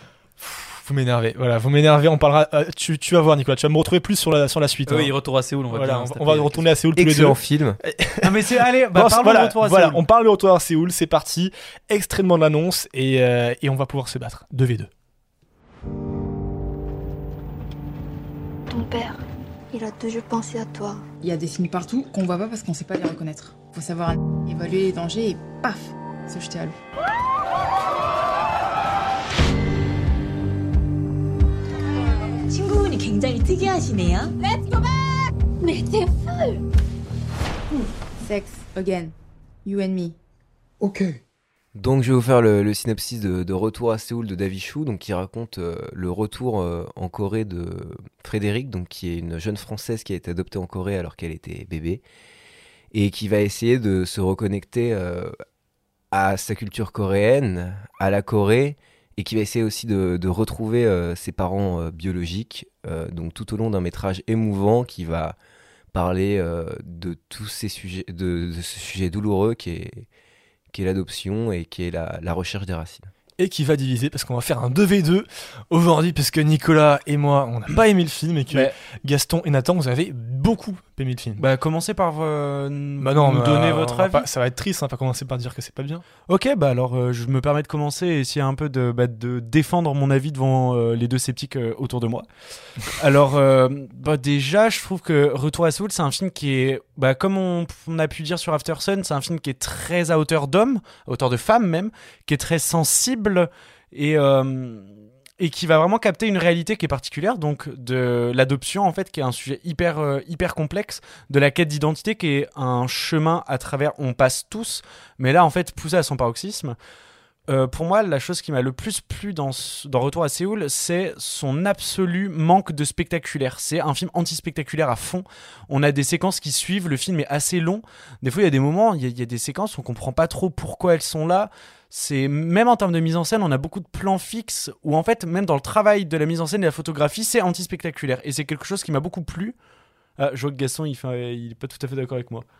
Vous m'énervez, voilà, vous m'énervez, on parlera... euh, tu, tu vas voir Nicolas, tu vas me retrouver plus sur la, sur la suite. Ah hein. oui, retour à Séoul, on va Voilà, bien on, se va- on va taper. retourner à Séoul tous les deux. Excellent film. Non, mais c'est. Allez, bah, Bon, parlons voilà, de retour à voilà, Séoul. on parle de retour à Séoul, c'est parti. Extrêmement de l'annonce et, euh, et on va pouvoir se battre. deux v deux. Ton père, il a toujours pensé à toi. Il y a des signes partout qu'on voit pas parce qu'on sait pas les reconnaître. Faut savoir évaluer les dangers et paf, se jeter à l'eau. 친구분이 굉장히 특이하시네요. Mais t'es Sex, again, you and me. Ok. Donc je vais vous faire le, le synopsis de, de Retour à Séoul de David Chou, donc qui raconte euh, le retour euh, en Corée de Frédéric, donc qui est une jeune Française qui a été adoptée en Corée alors qu'elle était bébé et qui va essayer de se reconnecter euh, à sa culture coréenne, à la Corée, et qui va essayer aussi de, de retrouver euh, ses parents euh, biologiques, euh, donc tout au long d'un métrage émouvant qui va parler euh, de tous ces sujets, de, de ce sujet douloureux qui est qui est l'adoption et qui est la, la recherche des racines. Et qui va diviser parce qu'on va faire un deux v deux aujourd'hui parce que Nicolas et moi on n'a pas aimé le film et que Ouais. Gaston et Nathan vous avez beaucoup aimé le film. Bah, commencez par euh, Bah non, nous mais, donner euh, votre on va avis. pas- ça va être triste, hein, pas commencer par dire que c'est pas bien. Ok, bah alors euh, je me permets de commencer et essayer un peu de, bah, de défendre mon avis devant euh, les deux sceptiques euh, autour de moi. Alors, euh, bah, déjà, je trouve que Retour à Séoul, c'est un film qui est, bah, comme on, on a pu dire sur After Sun, c'est un film qui est très à hauteur d'homme, à hauteur de femme même, qui est très sensible et, euh, et qui va vraiment capter une réalité qui est particulière, donc de l'adoption en fait, qui est un sujet hyper, euh, hyper complexe, de la quête d'identité qui est un chemin à travers, on passe tous, mais là en fait poussé à son paroxysme. Euh, pour moi, la chose qui m'a le plus plu dans, ce- dans Retour à Séoul, c'est son absolu manque de spectaculaire. C'est un film anti-spectaculaire à fond. On a des séquences qui suivent, le film est assez long. Des fois, il y a des moments, il y, a- il y a des séquences où on comprend pas trop pourquoi elles sont là. C'est même en termes de mise en scène, on a beaucoup de plans fixes où en fait, même dans le travail de la mise en scène et la photographie, c'est anti-spectaculaire. Et c'est quelque chose qui m'a beaucoup plu. Ah, je vois que Gaston, il, fait, il est pas tout à fait d'accord avec moi.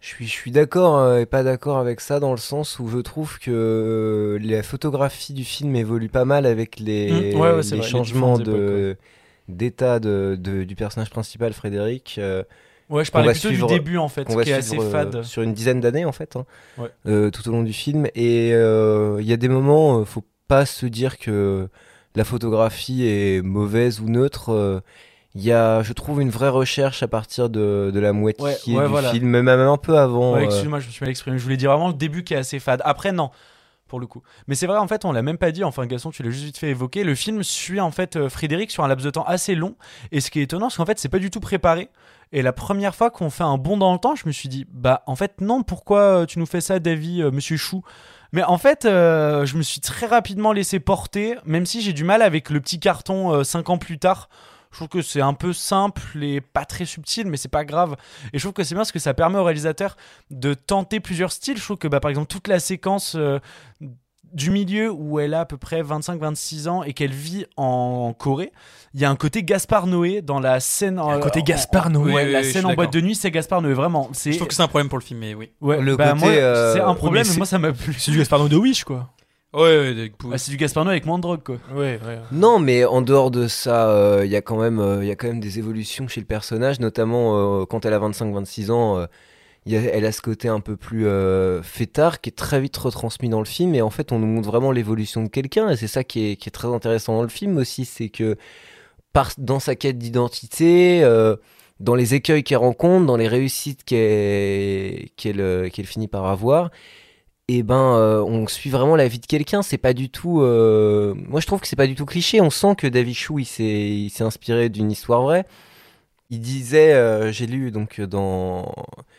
Je suis, je suis d'accord euh, et pas d'accord avec ça dans le sens où je trouve que euh, la photographie du film évolue pas mal avec les, Mmh, ouais, ouais, c'est les vrai, les changements différentes de, d'état de, de- du personnage principal, Frédéric. euh, Ouais, je qu'on parlais va plutôt suivre- du début en fait, qu'on va qui est assez suivre, euh, fade. sur une dizaine d'années en fait, hein, Ouais. euh, tout au long du film. Et euh, il y a des moments, euh, faut pas se dire que la photographie est mauvaise ou neutre. euh, Il y a, je trouve, une vraie recherche à partir de, de la moitié Ouais, ouais, du voilà. film, même, même un peu avant. Ouais, euh, excuse-moi, je me suis mal exprimé. Je voulais dire vraiment le début qui est assez fade. Après, non, pour le coup. Mais c'est vrai, en fait, on l'a même pas dit. Enfin, Gaston, tu l'as juste vite fait évoquer. Le film suit en fait euh, Frédéric sur un laps de temps assez long. Et ce qui est étonnant, c'est qu'en fait, c'est pas du tout préparé. Et la première fois qu'on fait un bond dans le temps, je me suis dit, bah, en fait, non, pourquoi euh, tu nous fais ça, Davy, euh, monsieur Chou? Mais en fait, euh, je me suis très rapidement laissé porter, même si j'ai du mal avec le petit carton cinq ans plus tard. Je trouve que c'est un peu simple et pas très subtil, mais c'est pas grave. Et je trouve que c'est bien parce que ça permet au réalisateur de tenter plusieurs styles. Je trouve que bah, par exemple toute la séquence euh, du milieu où elle a à peu près vingt-cinq vingt-six ans et qu'elle vit en Corée, il y a un côté Gaspard Noé dans la scène. Un côté Gaspard Noé. Ouais, Oui, la oui, je scène suis en boîte d'accord. de nuit, c'est Gaspard Noé, vraiment. C'est... Je trouve que c'est un problème pour le film, mais oui. Ouais, Le bah, côté, moi, euh, c'est un oui, problème, mais mais c'est- moi ça m'a plu. C'est du Gaspard Noé de Wish, quoi. Ouais, ouais, de- Ah, c'est du Gaspard Noé avec moins de drogue, quoi. Ouais, ouais. Non, mais en dehors de ça, euh, il y a quand même, euh, il y a quand même des évolutions chez le personnage, notamment euh, quand elle a vingt-cinq vingt-six ans. euh, il y a- elle a ce côté un peu plus euh, fêtard qui est très vite retransmis dans le film. Et en fait, on nous montre vraiment l'évolution de quelqu'un. Et c'est ça qui est, qui est très intéressant dans le film aussi, c'est que par, dans sa quête d'identité, euh, dans les écueils qu'elle rencontre, dans les réussites qu'elle, qu'elle, euh, qu'elle finit par avoir. Et ben, euh, on suit vraiment la vie de quelqu'un. C'est pas du tout. euh, Moi, je trouve que c'est pas du tout cliché. On sent que David Chou, il s'est, il s'est inspiré d'une histoire vraie. Il disait, euh, j'ai lu donc dans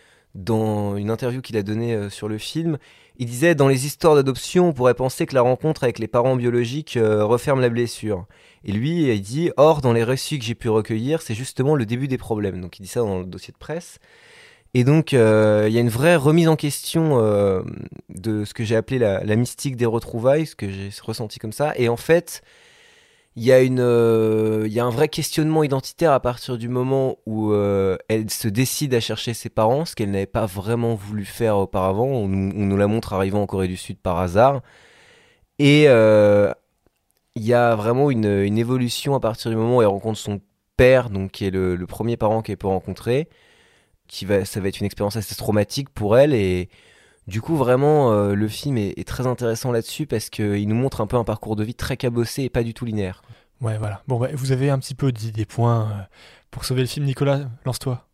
dans une interview qu'il a donnée euh, sur le film, il disait dans les histoires d'adoption, on pourrait penser que la rencontre avec les parents biologiques euh, referme la blessure. Et lui, il dit, or dans les récits que j'ai pu recueillir, c'est justement le début des problèmes. Donc il dit ça dans le dossier de presse. Et donc, euh, il y a une vraie remise en question euh, de ce que j'ai appelé la, la mystique des retrouvailles, ce que j'ai ressenti comme ça. Et en fait, il y a une, euh, il y a un vrai questionnement identitaire à partir du moment où euh, elle se décide à chercher ses parents, ce qu'elle n'avait pas vraiment voulu faire auparavant. On nous, on nous la montre arrivant en Corée du Sud par hasard. Et euh, il y a vraiment une, une évolution à partir du moment où elle rencontre son père, donc qui est le, le premier parent qu'elle peut rencontrer. Qui va, ça va être une expérience assez traumatique pour elle et du coup vraiment euh, le film est, est très intéressant là-dessus parce qu'il nous montre un peu un parcours de vie très cabossé et pas du tout linéaire. Ouais, voilà. Bon, bah, vous avez un petit peu dit des points euh, pour sauver le film. Nicolas, lance-toi.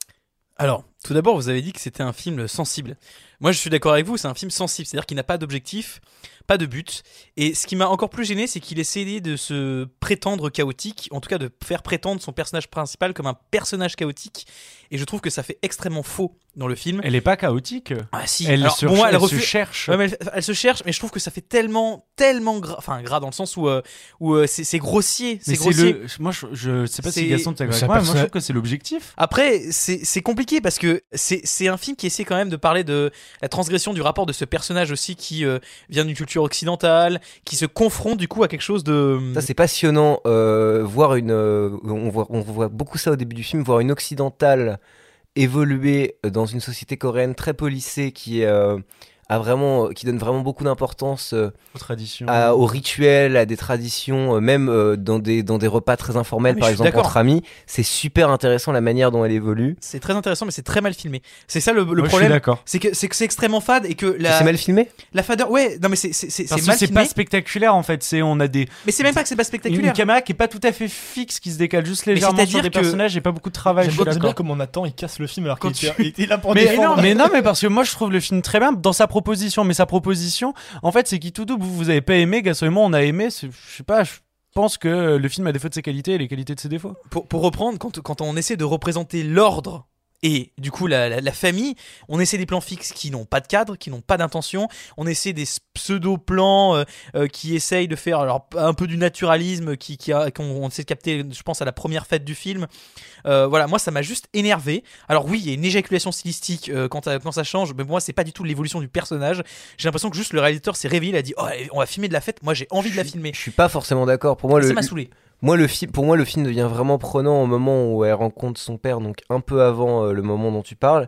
Alors, tout d'abord, vous avez dit que c'était un film sensible. Moi, je suis d'accord avec vous, c'est un film sensible, c'est-à-dire qu'il n'a pas d'objectif, pas de but. Et ce qui m'a encore plus gêné, c'est qu'il essayait de se prétendre chaotique, en tout cas de faire prétendre son personnage principal comme un personnage chaotique. Et je trouve que ça fait extrêmement faux dans le film. Elle est pas chaotique. Ah si. Elle, Alors, se, bon, moi, elle elle se refuse- cherche. Ouais, mais elle, elle se cherche, mais je trouve que ça fait tellement, tellement gras, enfin gras dans le sens où, euh, où euh, c'est, c'est grossier, c'est Mais c'est grossier. le. Moi, je, je sais pas C'est- si Gaston t'es d'accord c'est avec moi, un mais moi je perso- trouve que c'est l'objectif. Après, c'est, c'est compliqué parce que c'est, c'est un film qui essaie quand même de parler de la transgression du rapport de ce personnage aussi qui euh, vient d'une culture occidentale, qui se confronte du coup à quelque chose de. Ça c'est passionnant, euh, voir une, euh, on, voit, on voit beaucoup ça au début du film, voir une occidentale évoluer dans une société coréenne très policée qui euh, a vraiment, qui donne vraiment beaucoup d'importance euh, Aux traditions. à, aux rituels, à des traditions, euh, même euh, dans des dans des repas très informels Ah, mais par je suis exemple d'accord. entre amis. C'est super intéressant la manière dont elle évolue. C'est très intéressant, mais c'est très mal filmé. C'est ça le, le Moi, je suis problème. d'accord. C'est que c'est que c'est extrêmement fade et que la C'est mal filmé. la fadeur. Ouais, non mais c'est c'est c'est, Parce c'est que mal c'est filmé. pas spectaculaire en fait. C'est on a des Mais c'est même pas que c'est pas une spectaculaire. caméra qui est pas tout à fait fixe, qui se décale juste légèrement c'est-à-dire sur des que- personnages et pas beaucoup de travail. J'aime Je suis bien, j'aime bien d'accord. comme on attend, il casse le film alors Quand qu'il tu- était, il est là pour Mais défendre. non, mais non, mais parce que moi je trouve le film très bien dans sa proposition. Mais sa proposition, en fait, c'est qui tout double. Vous, vous avez pas aimé, Gaston et moi, on a aimé. c'est- Je sais pas. Je pense que le film a défaut de ses qualités et les qualités de ses défauts. Pour, pour reprendre, quand, quand on essaie de représenter l'ordre et du coup la, la, la famille, on essaie des plans fixes qui n'ont pas de cadre, qui n'ont pas d'intention, on essaie des pseudo-plans euh, euh, qui essayent de faire alors, un peu du naturalisme, qui, qui a, qu'on on essaie de capter, je pense, à la première fête du film. Euh, voilà, moi ça m'a juste énervé. Alors oui, il y a une éjaculation stylistique euh, quand, euh, quand ça change, mais pour moi c'est pas du tout l'évolution du personnage. J'ai l'impression que juste le réalisateur s'est réveillé, il a dit oh, on va filmer de la fête, moi j'ai envie de la filmer. Je suis pas forcément d'accord. Pour moi Et ça le m'a saoulé. Moi, le film, pour moi, le film devient vraiment prenant au moment où elle rencontre son père, donc un peu avant euh, le moment dont tu parles.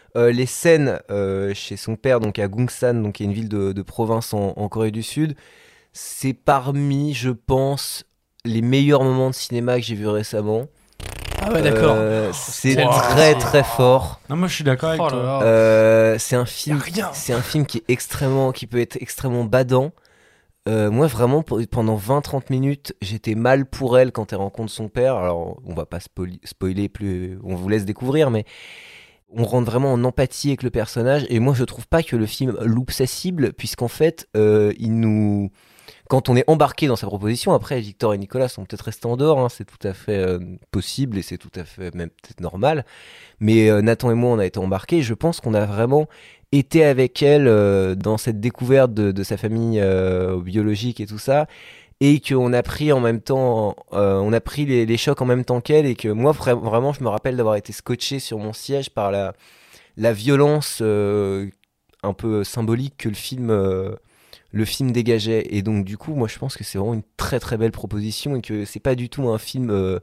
Euh, les scènes euh, chez son père, donc à Gungsan, donc qui est une ville de, de province en, en Corée du Sud, c'est parmi, je pense, les meilleurs moments de cinéma que j'ai vu récemment. Ah ouais, d'accord. Euh, c'est Wow. très très fort. Non, moi je suis d'accord avec Oh toi. là là. Euh, c'est un film, Y a rien. c'est un film qui est extrêmement, qui peut être extrêmement badant. Euh, moi vraiment pour- pendant vingt à trente minutes, j'étais mal pour elle quand elle rencontre son père. Alors on va pas spoil- spoiler plus, on vous laisse découvrir, mais on rentre vraiment en empathie avec le personnage. Et moi je trouve pas que le film loupe sa cible, puisqu'en fait euh, il nous, quand on est embarqué dans sa proposition, après Victor et Nicolas sont peut-être restés en dehors, hein, c'est tout à fait euh, possible et c'est tout à fait même peut-être normal. Mais euh, Nathan et moi, on a été embarqués. Je pense qu'on a vraiment été avec elle euh, dans cette découverte de, de sa famille euh, biologique et tout ça, et qu'on a pris en même temps, euh, on a pris les, les chocs en même temps qu'elle, et que moi vra- vraiment, je me rappelle d'avoir été scotché sur mon siège par la la violence euh, un peu symbolique que le film euh, le film dégageait. Et donc du coup, moi, je pense que c'est vraiment une très très belle proposition et que c'est pas du tout un film euh,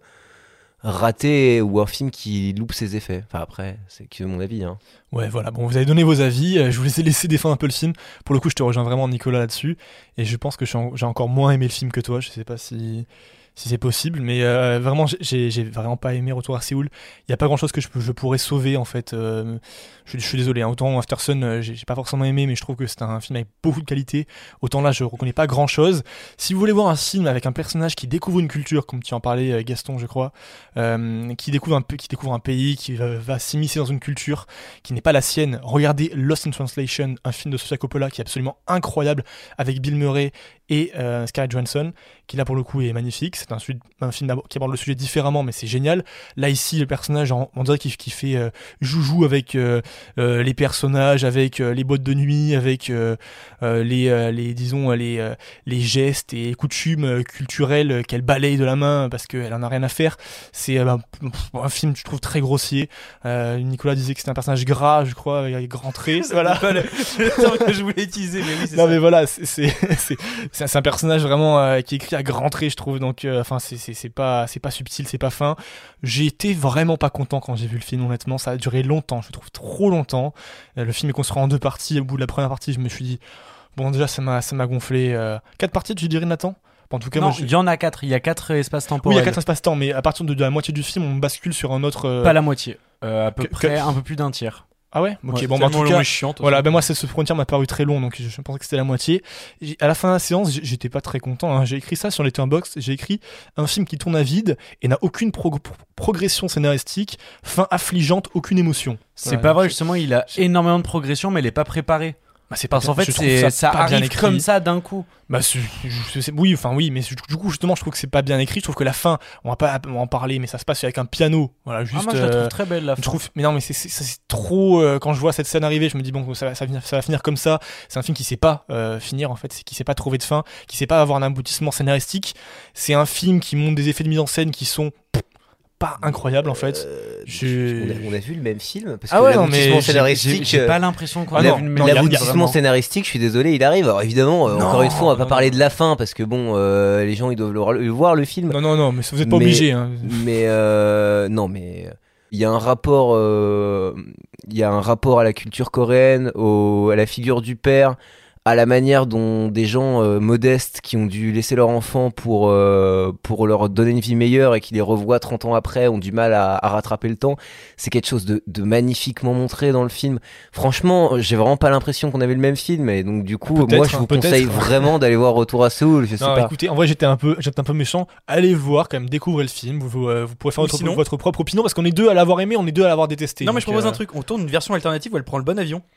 raté ou un film qui loupe ses effets. Enfin après, c'est que mon avis. Hein. Ouais, voilà. Bon, vous avez donné vos avis. euh, Je vous laisse laisser défendre un peu le film. Pour le coup, je te rejoins vraiment, Nicolas, là-dessus. Et je pense que je suis en- j'ai encore moins aimé le film que toi. Je sais pas si, si c'est possible, mais euh, vraiment, j'ai- j'ai j'ai vraiment pas aimé Retour à Séoul. Il y a pas grand-chose que je, peux- je pourrais sauver en fait. Euh, je, je suis désolé. Hein. Autant After Sun, euh, j'ai j'ai pas forcément aimé, mais je trouve que c'est un film avec beaucoup de qualité. Autant là, je reconnais pas grand-chose. Si vous voulez voir un film avec un personnage qui découvre une culture, comme tu en parlais, euh, Gaston, je crois, euh, qui découvre un peu, qui découvre un pays, qui va, va s'immiscer dans une culture qui n'est pas la sienne, regardez Lost in Translation, un film de Sofia Coppola qui est absolument incroyable avec Bill Murray et euh, Scarlett Johansson, qui là pour le coup est magnifique. C'est un, su- un film d'abo- qui aborde le sujet différemment, mais c'est génial. Là ici, le personnage, on, on dirait qu'il qu'il fait euh, joujou avec euh, euh, les personnages, avec euh, les boîtes de nuit, avec euh, euh, les, euh, les disons les, euh, les gestes et coutumes euh, culturelles euh, qu'elle balaye de la main parce qu'elle en a rien à faire. C'est euh, bah, un film, je trouve, très grossier. Euh, Nicolas disait que c'était un personnage gras, je crois, avec grands traits. Voilà. Pas le, le terme que je voulais utiliser, mais oui, c'est Non ça. mais voilà, c'est c'est c'est c'est c'est un personnage vraiment euh, qui est écrit à grands traits, je trouve. Donc euh, enfin c'est c'est c'est pas c'est pas subtil, c'est pas fin. J'ai été vraiment pas content quand j'ai vu le film, honnêtement, ça a duré longtemps, je trouve trop longtemps. Euh, le film est construit en deux parties. Au bout de la première partie, je me suis dit bon, déjà ça m'a ça m'a gonflé. Euh... Quatre parties, tu dirais, Nathan? En tout cas, Non, moi, j'ai- il y en a quatre. Il y a quatre espaces oui, il temporels. y a quatre espaces-temps, mais à partir de, de la moitié du film, on bascule sur un autre. euh, Pas la moitié. Euh, à peu que- près que- un peu plus d'un tiers. Ah ouais, ok. Ouais, Bon, bah, en Tellement tout long cas, et chiant, de toute voilà, façon. ben moi, c'est- ce frontière m'a paru très long, donc je, je pensais que c'était la moitié. J'ai- À la fin de la séance, j'- j'étais pas très content. Hein. J'ai écrit ça sur Letterboxd. J'ai écrit un film qui tourne à vide et n'a aucune prog- pro- progression scénaristique, fin affligeante, aucune émotion. C'est Voilà, pas vrai, donc, justement, il a énormément de progression, mais elle est pas préparée. Bah, c'est pas Parce qu'en fait, je trouve c'est- ça, pas bien arrive écrit. comme ça d'un coup. Bah, c'est- je- je- oui, enfin oui, mais c'est- du coup, justement, je trouve que c'est pas bien écrit. Je trouve que la fin, on va pas en parler, mais ça se passe avec un piano. Voilà, juste. Ah, moi, je la euh, trouve très belle, la Je fin. trouve, mais non, mais c'est, c'est, ça, c'est trop. euh, quand je vois cette scène arriver, je me dis bon, ça va, ça va, finir, ça va finir comme ça. C'est un film qui sait pas euh, finir en fait, c'est qui sait pas trouver de fin, qui sait pas avoir un aboutissement scénaristique. C'est un film qui montre des effets de mise en scène qui sont pff, pas incroyables en fait. Euh, Je- on, a, on a vu le même film parce Ah que ouais, non, mais l'aboutissement j'ai- scénaristique. J'ai j'ai euh, pas l'impression qu'on Ah a non, vu le non, même y a- film, L'aboutissement vraiment. scénaristique, je suis désolé, il arrive. Alors évidemment, euh, Non, encore une fois, on va pas non, parler non. de la fin parce que bon, euh, les gens ils doivent le, le voir le film. Non, non, non, mais vous êtes pas Mais- obligé. Hein. Mais euh, non, mais il y a un rapport, euh, il y a un rapport à la culture coréenne, au, à la figure du père, à la manière dont des gens euh, modestes qui ont dû laisser leur enfant pour euh, pour leur donner une vie meilleure et qui les revoient trente ans après ont du mal à, à rattraper le temps. C'est quelque chose de, de magnifiquement montré dans le film. Franchement, j'ai vraiment pas l'impression qu'on avait le même film et donc du coup, Peut-être, moi je hein, vous peut-être. conseille vraiment d'aller voir Retour à Séoul. Je sais Non, pas. écoutez, en vrai, j'étais un peu, j'étais un peu méchant. Allez voir, quand même, découvrez le film. Vous, vous, euh, vous pourrez faire Ou votre, sinon- votre propre opinion parce qu'on est deux à l'avoir aimé, on est deux à l'avoir détesté. Non, mais je Donc, propose euh, un truc. On tourne une version alternative où elle prend le bon avion.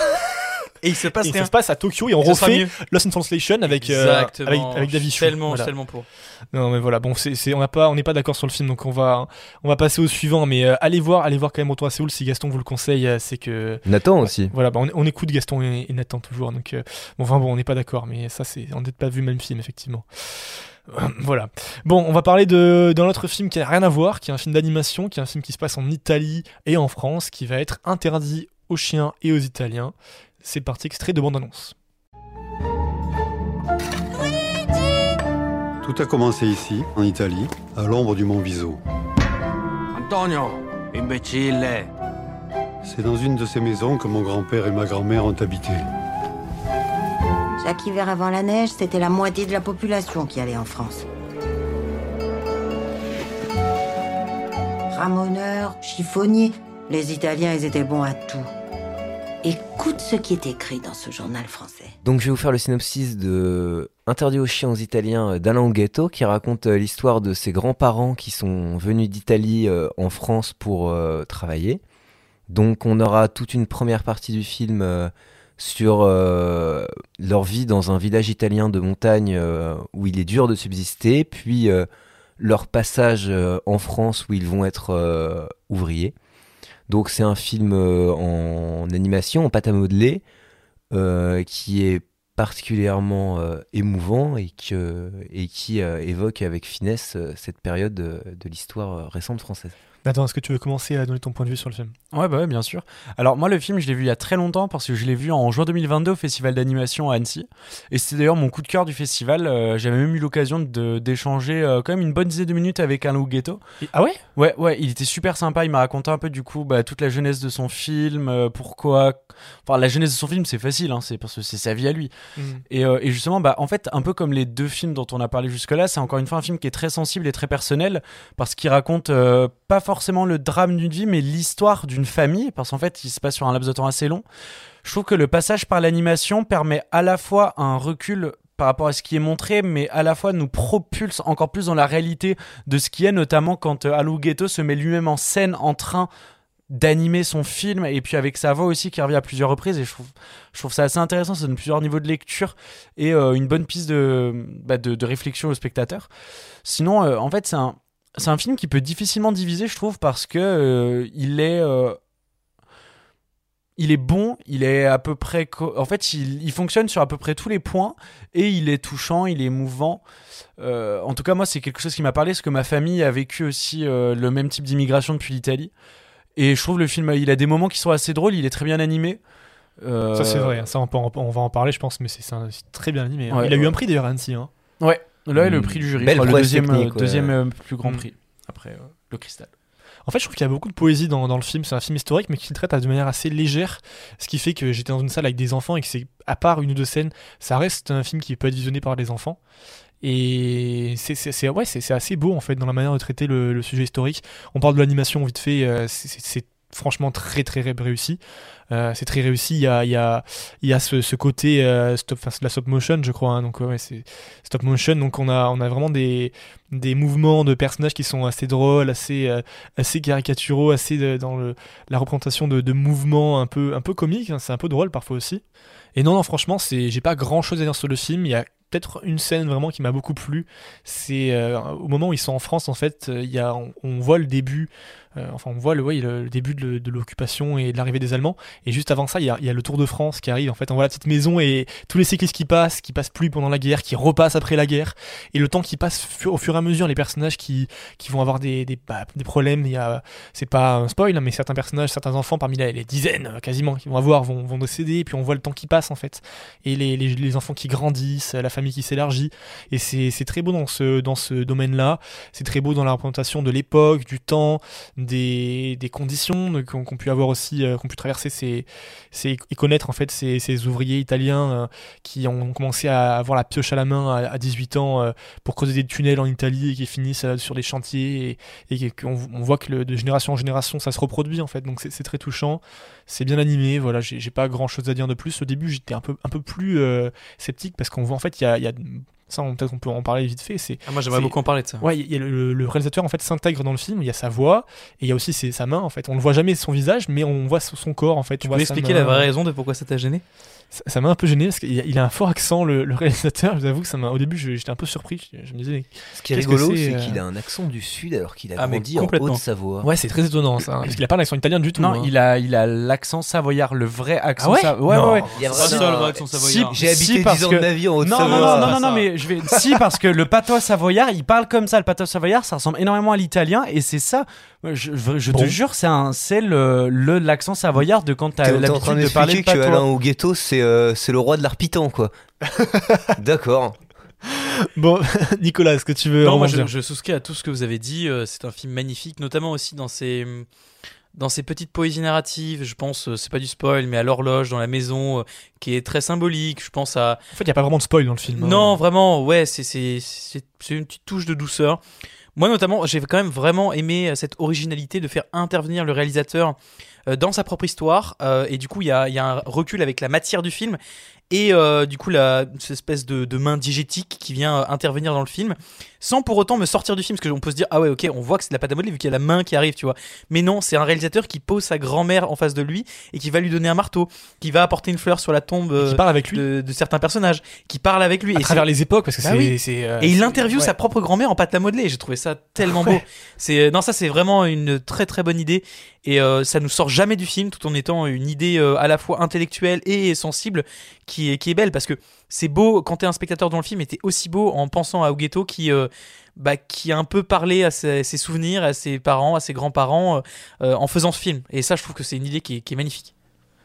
Et il se passe Et rien. ça se passe à Tokyo et on Et ce sera refait mieux. Lost in Translation avec euh, Exactement. avec avec Je David suis Chou. Tellement, Voilà. je suis tellement pour. Non mais voilà, bon c'est c'est on n'a pas on n'est pas d'accord sur le film donc on va on va passer au suivant mais euh, allez voir allez voir quand même Retour à Séoul si Gaston vous le conseille euh, c'est que Nathan aussi. voilà bah, on, on écoute Gaston et, et Nathan toujours donc euh, bon enfin bon on n'est pas d'accord mais ça c'est on n'a pas vu le même film effectivement. Euh, Voilà. Bon, on va parler de d'un autre film qui n'a rien à voir, qui est un film d'animation, qui est un film qui se passe en Italie et en France, qui va être interdit aux chiens et aux Italiens. C'est parti, extrait de bande-annonce. Tout a commencé ici, en Italie, à l'ombre du mont Viso. Antonio, imbecille. C'est dans une de ces maisons que mon grand-père et ma grand-mère ont habité. Chaque hiver avant la neige, c'était la moitié de la population qui allait en France. Ramoneurs, chiffonniers, les Italiens, ils étaient bons à tout. Écoute ce qui est écrit dans ce journal français. Donc je vais vous faire le synopsis de Interdit aux chiens aux Italiens d'Alain Huguetto, qui raconte euh, l'histoire de ses grands-parents qui sont venus d'Italie euh, en France pour euh, travailler. Donc on aura toute une première partie du film euh, sur euh, leur vie dans un village italien de montagne euh, où il est dur de subsister, puis euh, leur passage euh, en France où ils vont être euh, ouvriers. Donc c'est un film euh, en animation, en pâte à modeler, euh, qui est particulièrement euh, émouvant et, que, et qui euh, évoque avec finesse euh, cette période de, de l'histoire euh, récente française. Attends, est-ce que tu veux commencer à donner ton point de vue sur le film ? Ouais, bah ouais, bien sûr. Alors moi, le film, je l'ai vu il y a très longtemps parce que je l'ai vu en juin deux mille vingt-deux au Festival d'animation à Annecy. Et c'était d'ailleurs mon coup de cœur du festival. Euh, j'avais même eu l'occasion de, d'échanger euh, quand même une bonne dizaine de minutes avec Alain Huguetto. Et, ah ouais ? Ouais, ouais, il était super sympa. Il m'a raconté un peu du coup bah, toute la jeunesse de son film, euh, pourquoi... Enfin, la jeunesse de son film, c'est facile, hein, c'est parce que c'est sa vie à lui. Mmh. Et, euh, et justement, bah, en fait, un peu comme les deux films dont on a parlé jusque-là, c'est encore une fois un film qui est très sensible et très personnel parce qu'il raconte euh, pas forcément le drame d'une vie, mais l'histoire d'une famille, parce qu'en fait, il se passe sur un laps de temps assez long. Je trouve que le passage par l'animation permet à la fois un recul par rapport à ce qui est montré, mais à la fois nous propulse encore plus dans la réalité de ce qui est, notamment quand euh, Alain Huguetto se met lui-même en scène en train d'animer son film, et puis avec sa voix aussi qui revient à plusieurs reprises, et je trouve, je trouve ça assez intéressant. Ça donne plusieurs niveaux de lecture et euh, une bonne piste de, bah, de, de réflexion au spectateur. Sinon, euh, en fait, c'est un, c'est un film qui peut difficilement diviser, je trouve, parce que euh, il est... Euh, il est bon, il est à peu près... Co- en fait, il, il fonctionne sur à peu près tous les points, et il est touchant, il est émouvant. Euh, en tout cas, moi, c'est quelque chose qui m'a parlé, parce que ma famille a vécu aussi euh, le même type d'immigration depuis l'Italie. Et je trouve le film, il a des moments qui sont assez drôles, il est très bien animé. Euh... Ça c'est vrai, ça on, peut en, on va en parler je pense, mais c'est, c'est, un, c'est très bien animé. Ouais, il a ouais. eu un prix d'ailleurs à Annecy. Hein. Ouais, là mmh. le prix du jury, Belle le deuxième, technique, ouais. deuxième euh, plus grand mmh. prix, après euh, le Cristal. En fait, je trouve qu'il y a beaucoup de poésie dans, dans le film. C'est un film historique, mais qui le traite de manière assez légère. Ce qui fait que j'étais dans une salle avec des enfants et que c'est, à part une ou deux scènes, ça reste un film qui peut être visionné par des enfants. Et c'est, c'est, c'est, ouais, c'est, c'est assez beau en fait dans la manière de traiter le, le sujet historique. On parle de l'animation vite fait, euh, c'est, c'est, c'est franchement très très réussi. Euh, c'est très réussi. Il y a, il y a, il y a ce, ce côté euh, stop, enfin, c'est de la stop motion, je crois. Hein, donc ouais, c'est stop motion. Donc on a, on a vraiment des, des mouvements de personnages qui sont assez drôles, assez, euh, assez caricaturaux, assez de, dans le, la représentation de, de mouvements un peu, un peu comiques. Hein, c'est un peu drôle parfois aussi. Et non, non, franchement, c'est, j'ai pas grand chose à dire sur le film. Il y a peut-être une scène vraiment qui m'a beaucoup plu. C'est euh, au moment où ils sont en France, en fait, il y a, on, on voit le début. Euh, enfin, on voit le, ouais, le, le début de, de l'occupation et de l'arrivée des Allemands. Et juste avant ça, il y a, il y a le Tour de France qui arrive. En fait, on voit la petite maison et tous les cyclistes qui passent, qui passent plus pendant la guerre, qui repassent après la guerre. Et le temps qui passe au fur et à mesure, les personnages qui, qui vont avoir des, des, bah, des problèmes. Il y a, c'est pas un spoil, mais certains personnages, certains enfants, parmi les, les dizaines quasiment, qui vont avoir, vont, vont décéder. Et puis on voit le temps qui passe en fait. Et les, les, les enfants qui grandissent, la famille qui s'élargit. Et c'est, c'est très beau dans ce, dans ce domaine-là. C'est très beau dans la représentation de l'époque, du temps, des des conditions de, qu'on, qu'on pu avoir aussi, euh, qu'on pu traverser ces, ces, et connaître en fait ces, ces ouvriers italiens euh, qui ont commencé à avoir la pioche à la main à, à dix-huit ans euh, pour creuser des tunnels en Italie et qui finissent euh, sur les chantiers et, et qu'on on voit que le, de génération en génération ça se reproduit en fait, donc c'est, c'est très touchant, c'est bien animé. Voilà, j'ai, j'ai pas grand chose à dire de plus. Au début j'étais un peu, un peu plus euh, sceptique parce qu'on voit en fait il y a, y a ça on, peut-être on peut en parler vite fait. C'est, ah, moi j'aimerais c'est, beaucoup en parler de ça. Ouais, y a le, le réalisateur en fait s'intègre dans le film, il y a sa voix et il y a aussi ses, sa main en fait. On ne voit jamais son visage, mais on voit son corps en fait. Tu on peux voit expliquer la vraie raison de pourquoi ça t'a gêné ? Ça, ça m'a un peu gêné parce qu'il a, il a un fort accent, le, le réalisateur. Je vous avoue que ça m'a, au début, je, j'étais un peu surpris. Je, je me disais. Ce qui est rigolo, c'est, c'est euh... qu'il a un accent du Sud alors qu'il a ah, grandi en Haute-Savoie. Ouais, c'est très étonnant ça, hein, parce qu'il a pas l'accent italien du tout. Non, hein. il a, il a l'accent savoyard, le vrai accent. Ah ouais, sa... ouais, non, ouais, ouais. Il y a vraiment c'est ça, le vrai accent savoyard. Si, j'ai habité si, dix ans que... de ma vie en non, Haute-Savoie. non, non, non, non, non, mais je vais. Si, parce que le patois savoyard, il parle comme ça. Le patois savoyard, ça ressemble énormément à l'italien, et c'est ça. Je, je, je bon. te jure, c'est, un, c'est le, le, l'accent savoyard de quand t'as T'es, l'habitude t'es en train de parler le patois. Que Alain Huguetto, c'est, euh, c'est le roi de l'arpitan, quoi. D'accord. Bon, Nicolas, est-ce que tu veux Non, moi je, je souscris à tout ce que vous avez dit. Euh, c'est un film magnifique, notamment aussi dans ses dans ses petites poésies narratives. Je pense, euh, c'est pas du spoil, mais à l'horloge dans la maison, euh, qui est très symbolique. Je pense à. En fait, il y a pas vraiment de spoil dans le film. Non, hein. vraiment, ouais, c'est c'est c'est c'est une petite touche de douceur. Moi, notamment, j'ai quand même vraiment aimé cette originalité de faire intervenir le réalisateur euh, dans sa propre histoire. Euh, et du coup, il y a, y a un recul avec la matière du film. Et euh, du coup, la, cette espèce de, de main diégétique qui vient euh, intervenir dans le film, sans pour autant me sortir du film, parce qu'on peut se dire, ah ouais, ok, on voit que c'est de la pâte à modeler vu qu'il y a la main qui arrive, tu vois. Mais non, c'est un réalisateur qui pose sa grand-mère en face de lui et qui va lui donner un marteau, qui va apporter une fleur sur la tombe euh, qui parle avec lui. De, de certains personnages, qui parle avec lui. À et travers c'est... les époques, parce que bah c'est. Oui. c'est euh, et il c'est... interviewe ouais. sa propre grand-mère en pâte à modeler. J'ai trouvé ça tellement ouais. beau. C'est, non, ça, c'est vraiment une très très bonne idée. Et euh, ça nous sort jamais du film, tout en étant une idée euh, à la fois intellectuelle et sensible, qui est, qui est belle, parce que c'est beau quand t'es un spectateur dans le film, et t'es aussi beau en pensant à Ugeto qui, euh, bah, qui a un peu parlé à ses, ses souvenirs, à ses parents, à ses grands-parents, euh, euh, en faisant ce film. Et ça, je trouve que c'est une idée qui est, qui est magnifique. Gaston ?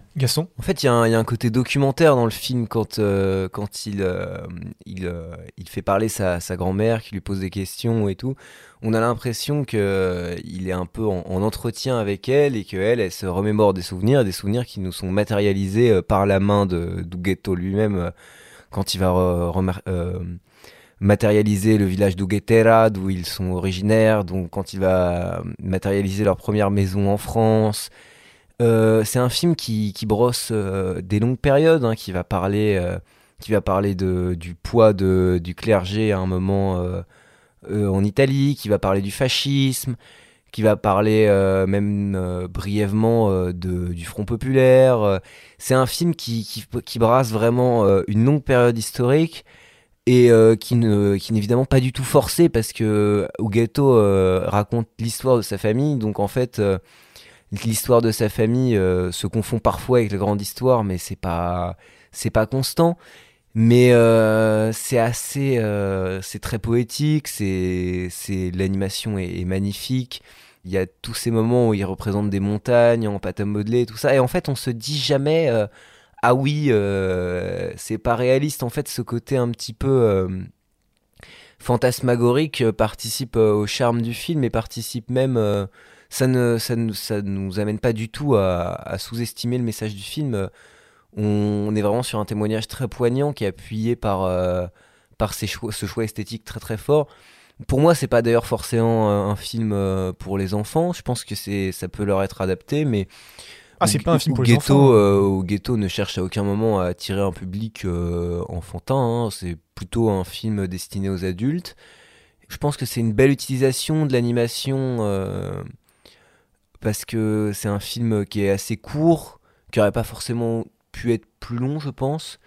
En fait, il y, y a un côté documentaire dans le film quand, euh, quand il, euh, il, euh, il fait parler sa, sa grand-mère, qui lui pose des questions et tout. On a l'impression qu'il euh, est un peu en, en entretien avec elle et qu'elle, elle se remémore des souvenirs, des souvenirs qui nous sont matérialisés euh, par la main de d'Ugeto lui-même euh, quand il va re, remar- euh, matérialiser le village d'Ugetera, d'où ils sont originaires, donc quand il va matérialiser leur première maison en France. Euh, c'est un film qui, qui brosse euh, des longues périodes, hein, qui va parler, euh, qui va parler de, du poids de, du clergé à un moment euh, euh, en Italie, qui va parler du fascisme, qui va parler euh, même euh, brièvement euh, de, du Front populaire. C'est un film qui, qui, qui brasse vraiment euh, une longue période historique et euh, qui, ne, qui n'est évidemment pas du tout forcé parce que Ugeto euh, raconte l'histoire de sa famille, donc en fait... Euh, l'histoire de sa famille euh, se confond parfois avec la grande histoire, mais c'est pas c'est pas constant. Mais euh, c'est assez, euh, c'est très poétique. C'est c'est l'animation est, est magnifique. Il y a tous ces moments où il représente des montagnes en pâte à modeler et tout ça. Et en fait, on se dit jamais euh, ah oui, euh, c'est pas réaliste. En fait, ce côté un petit peu euh, fantasmagorique euh, participe euh, au charme du film et participe même euh, Ça ne, ça, ne, ça nous amène pas du tout à, à sous-estimer le message du film. On, on est vraiment sur un témoignage très poignant qui est appuyé par, euh, par ces choix, ce choix esthétique très très fort. Pour moi, c'est pas d'ailleurs forcément un, un film pour les enfants. Je pense que c'est, ça peut leur être adapté, mais ah, c'est ou, pas un film pour ou les Ghetto, enfants. Euh, Ugeto ne cherche à aucun moment à attirer un public euh, enfantin. Hein. C'est plutôt un film destiné aux adultes. Je pense que c'est une belle utilisation de l'animation. Euh, parce que c'est un film qui est assez court, qui n'aurait pas forcément pu être plus long, je pense.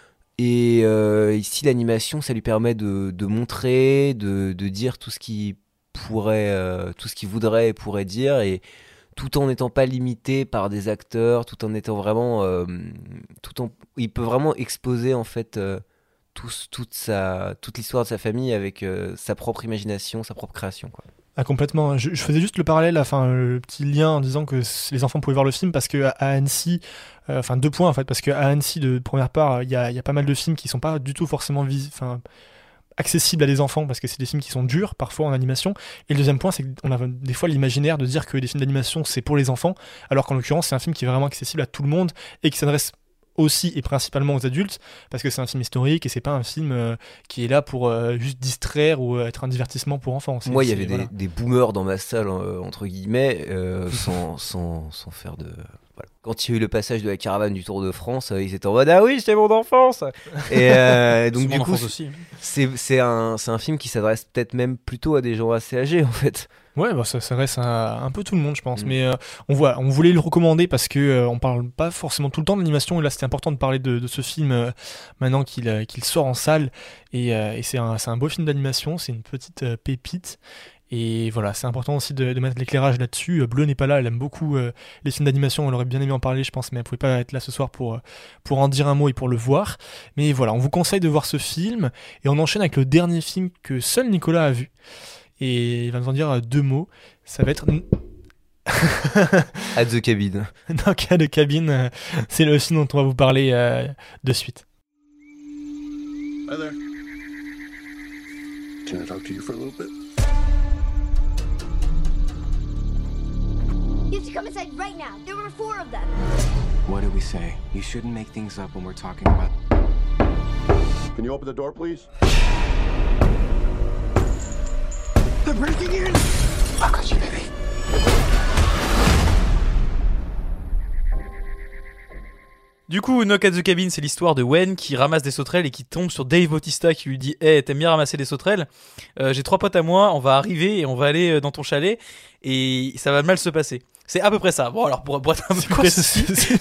Et euh, ici, l'animation, ça lui permet de, de montrer, de, de dire tout ce qu'il pourrait, euh, tout ce qu'il voudrait et pourrait dire, et tout en n'étant pas limité par des acteurs, tout en étant vraiment, euh, tout en, il peut vraiment exposer en fait euh, tout, toute sa, toute l'histoire de sa famille avec euh, sa propre imagination, sa propre création, quoi. Ah, complètement. Je, je faisais juste le parallèle, enfin le petit lien en disant que les enfants pouvaient voir le film parce que à, à Annecy, euh, enfin deux points en fait, parce qu'à Annecy de première part, il y a, y a pas mal de films qui sont pas du tout forcément vis, enfin accessibles à des enfants parce que c'est des films qui sont durs parfois en animation. Et le deuxième point, c'est qu'on a des fois l'imaginaire de dire que les films d'animation c'est pour les enfants, alors qu'en l'occurrence c'est un film qui est vraiment accessible à tout le monde et qui s'adresse aussi et principalement aux adultes parce que c'est un film historique et c'est pas un film euh, qui est là pour euh, juste distraire ou euh, être un divertissement pour enfants. C'est, Moi il y avait voilà. des, des boomers dans ma salle euh, entre guillemets euh, sans, sans, sans faire de... Voilà. Quand il y a eu le passage de la caravane du Tour de France, euh, ils étaient en mode ah oui, c'était mon enfance. Et euh, donc c'est du coup, aussi. c'est, c'est, un, c'est un film qui s'adresse peut-être même plutôt à des gens assez âgés en fait. Ouais, bah ça s'adresse à un peu tout le monde, je pense. Mm. Mais euh, on voit, on voulait le recommander parce que euh, on parle pas forcément tout le temps de l'animation. Et là, c'était important de parler de, de ce film euh, maintenant qu'il, euh, qu'il sort en salle. Et, euh, et c'est un, c'est un beau film d'animation. C'est une petite euh, pépite. Et voilà, c'est important aussi de, de mettre l'éclairage là-dessus. Bleu n'est pas là, elle aime beaucoup euh, les films d'animation, elle aurait bien aimé en parler, je pense, mais elle pouvait pas être là ce soir pour, euh, pour en dire un mot et pour le voir. Mais voilà, on vous conseille de voir ce film, et on enchaîne avec le dernier film que seul Nicolas a vu. Et il va nous en dire deux mots. Ça va être... At the Cabin. Dans Cas de Cabine, euh, c'est le film dont on va vous parler euh, de suite. Hi there. Can I talk to you for a little bit? You have to come inside right now. There were four of them. What did we say? You shouldn't make things up when we're talking about... Can you open the door, please? They're breaking in! I got you, baby. Du coup, Knock at the Cabin, c'est l'histoire de Wen qui ramasse des sauterelles et qui tombe sur Dave Bautista qui lui dit « Hey, t'aimes bien ramasser des sauterelles ? euh, J'ai trois potes à moi, on va arriver et on va aller dans ton chalet et ça va mal se passer. » C'est à peu près ça. Bon, alors pour, pour être un peu plus précis,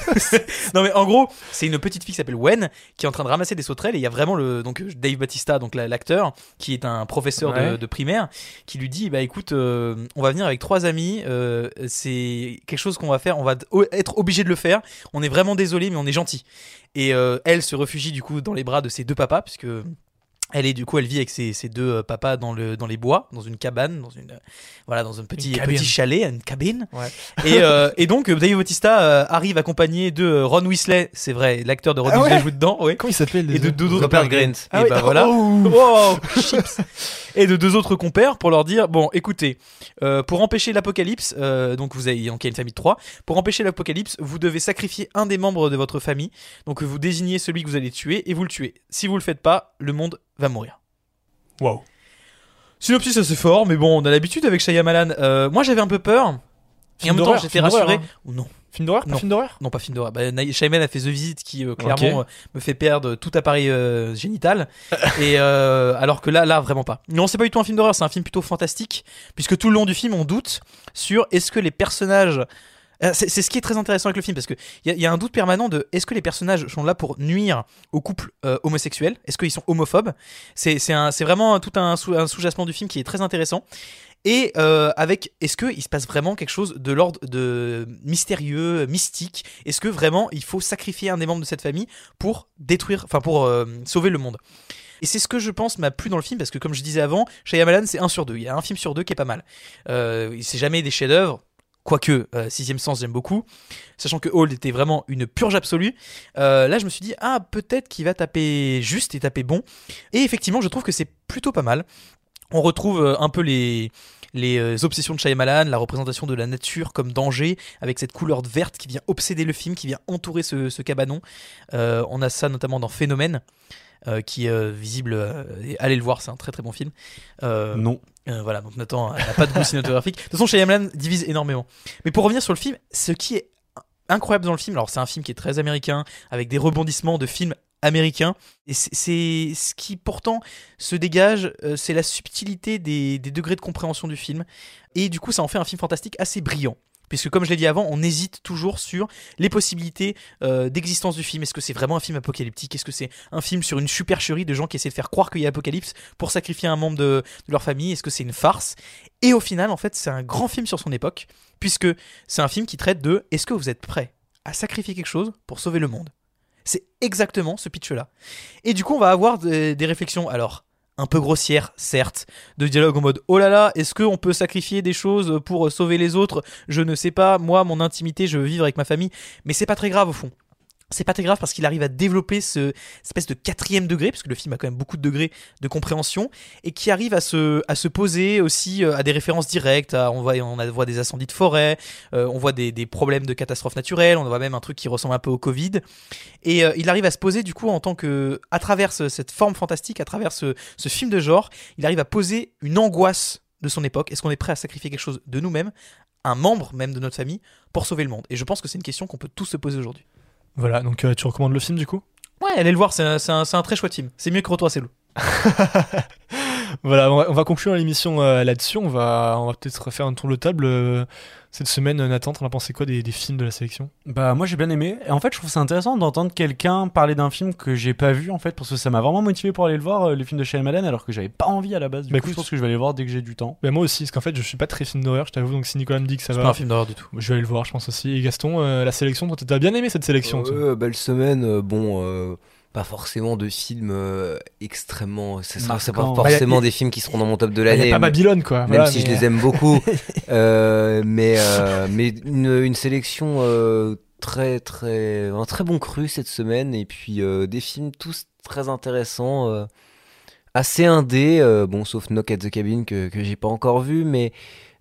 non mais en gros, c'est une petite fille qui s'appelle Wen qui est en train de ramasser des sauterelles et il y a vraiment le donc Dave Bautista, donc la, l'acteur, qui est un professeur ouais. de, de primaire, qui lui dit bah écoute, euh, on va venir avec trois amis, euh, c'est quelque chose qu'on va faire, on va être obligé de le faire. On est vraiment désolé, mais on est gentil. Et euh, elle se réfugie du coup dans les bras de ses deux papas puisque elle est du coup elle vit avec ses, ses deux papas dans le dans les bois, dans une cabane, dans une voilà dans un petit petit chalet, une cabine. Ouais. Et euh, et donc Dave Bautista euh, arrive accompagné de Ron Weasley, c'est vrai, l'acteur de Ron ah Weasley ouais. joue dedans, ouais. Comment il s'appelle Et de deux autres Rupert Grint. Ah et oui. bah voilà. Oh, oh chips. Et de deux autres compères pour leur dire bon écoutez, euh, pour empêcher l'apocalypse, euh, donc vous avez donc il y a une famille de trois, pour empêcher l'apocalypse, vous devez sacrifier un des membres de votre famille. Donc vous désignez celui que vous allez tuer et vous le tuez. Si vous le faites pas, le monde va mourir. Waouh. Synopsis assez fort, mais bon, on a l'habitude avec Shyamalan. Euh, moi, j'avais un peu peur. Film et en même temps, j'étais rassuré. Hein. Ou non. Film d'horreur non. Pas film d'horreur Non, pas film d'horreur. Bah, Shyamalan a fait The Visit qui, euh, clairement, okay. euh, me fait perdre tout appareil euh, génital. et euh, alors que là, là, vraiment pas. Non, c'est pas du tout un film d'horreur, c'est un film plutôt fantastique. Puisque tout le long du film, on doute sur est-ce que les personnages... C'est, c'est ce qui est très intéressant avec le film parce qu'il y, y a un doute permanent de est-ce que les personnages sont là pour nuire au couple euh, homosexuel, est-ce qu'ils sont homophobes, c'est, c'est, un, c'est vraiment tout un, sous, un sous-jacent du film qui est très intéressant et euh, avec est-ce qu'il se passe vraiment quelque chose de l'ordre de mystérieux, mystique, est-ce que vraiment il faut sacrifier un des membres de cette famille pour détruire, enfin pour euh, sauver le monde. Et c'est ce que je pense m'a plu dans le film parce que comme je disais avant, Shyamalan c'est un sur deux, il y a un film sur deux qui est pas mal, euh, c'est jamais des chefs-d'œuvre. Quoique, euh, Sixième Sens, j'aime beaucoup. Sachant que Hold était vraiment une purge absolue. Euh, là, je me suis dit, ah, peut-être qu'il va taper juste et taper bon. Et effectivement, je trouve que c'est plutôt pas mal. On retrouve euh, un peu les, les euh, obsessions de Shyamalan, la représentation de la nature comme danger, avec cette couleur verte qui vient obséder le film, qui vient entourer ce, ce cabanon. Euh, on a ça notamment dans Phénomène. Euh, qui est euh, visible, euh, allez le voir, c'est un très très bon film. Euh, non. Euh, voilà, donc Nathan n'a pas de goût cinématographique. De toute façon, Shyamalan divise énormément. Mais pour revenir sur le film, ce qui est incroyable dans le film, alors c'est un film qui est très américain, avec des rebondissements de films américains, et c'est, c'est ce qui pourtant se dégage, euh, c'est la subtilité des, des degrés de compréhension du film, et du coup ça en fait un film fantastique assez brillant. Puisque comme je l'ai dit avant, on hésite toujours sur les possibilités euh, d'existence du film. Est-ce que c'est vraiment un film apocalyptique ? Est-ce que c'est un film sur une supercherie de gens qui essaient de faire croire qu'il y a apocalypse pour sacrifier un membre de, de leur famille ? Est-ce que c'est une farce ? Et au final, en fait, c'est un grand film sur son époque, puisque c'est un film qui traite de « Est-ce que vous êtes prêts à sacrifier quelque chose pour sauver le monde ?» C'est exactement ce pitch-là. Et du coup, on va avoir des, des réflexions. Alors, un peu grossière, certes, de dialogue en mode « Oh là là, est-ce qu'on peut sacrifier des choses pour sauver les autres ? Je ne sais pas, moi, mon intimité, je veux vivre avec ma famille. » Mais c'est pas très grave au fond. C'est pas très grave parce qu'il arrive à développer ce cette espèce de quatrième degré, parce que le film a quand même beaucoup de degrés de compréhension, et qui arrive à se, à se poser aussi à des références directes. À, on, voit, on voit des incendies de forêt, euh, on voit des, des problèmes de catastrophes naturelles, on voit même un truc qui ressemble un peu au Covid. Et euh, il arrive à se poser du coup en tant que, à travers ce, cette forme fantastique, à travers ce, ce film de genre, il arrive à poser une angoisse de son époque. Est-ce qu'on est prêt à sacrifier quelque chose de nous-mêmes, un membre même de notre famille, pour sauver le monde ? Et je pense que c'est une question qu'on peut tous se poser aujourd'hui. Voilà, donc euh, tu recommandes le film du coup ? Ouais, allez le voir, c'est un, c'est un, c'est un très chouette film. C'est mieux que Retour à Seoul. Voilà, on va, on va conclure l'émission euh, là-dessus. On va, on va peut-être faire un tour de table. Euh, cette semaine, Nathan, t'en as pensé quoi des, des films de la sélection ? Bah moi j'ai bien aimé. Et en fait je trouve ça intéressant d'entendre quelqu'un parler d'un film que j'ai pas vu en fait, parce que ça m'a vraiment motivé pour aller le voir, euh, les films de Shyamalan, alors que j'avais pas envie à la base. Du bah coup écoute, je pense que je vais aller le voir dès que j'ai du temps. Bah moi aussi, parce qu'en fait je suis pas très film d'horreur, je t'avoue. Donc si Nicolas me dit que ça c'est va, pas un film d'horreur du tout. Je vais aller le voir, je pense aussi. Et Gaston, euh, la sélection, toi t'as bien aimé cette sélection ? euh, Belle semaine, euh, bon. Euh... Pas forcément de films euh, extrêmement. Ce sera c'est pas forcément bah, des films qui seront dans mon top de l'année. Il n'y a pas Babylone, quoi. Même voilà, si mais... je les aime beaucoup. euh, mais euh, mais une, une sélection euh, très, très. Un très bon cru cette semaine. Et puis euh, des films tous très intéressants. Euh, assez indés. Euh, bon, sauf Knock at the Cabin que, que j'ai pas encore vu. Mais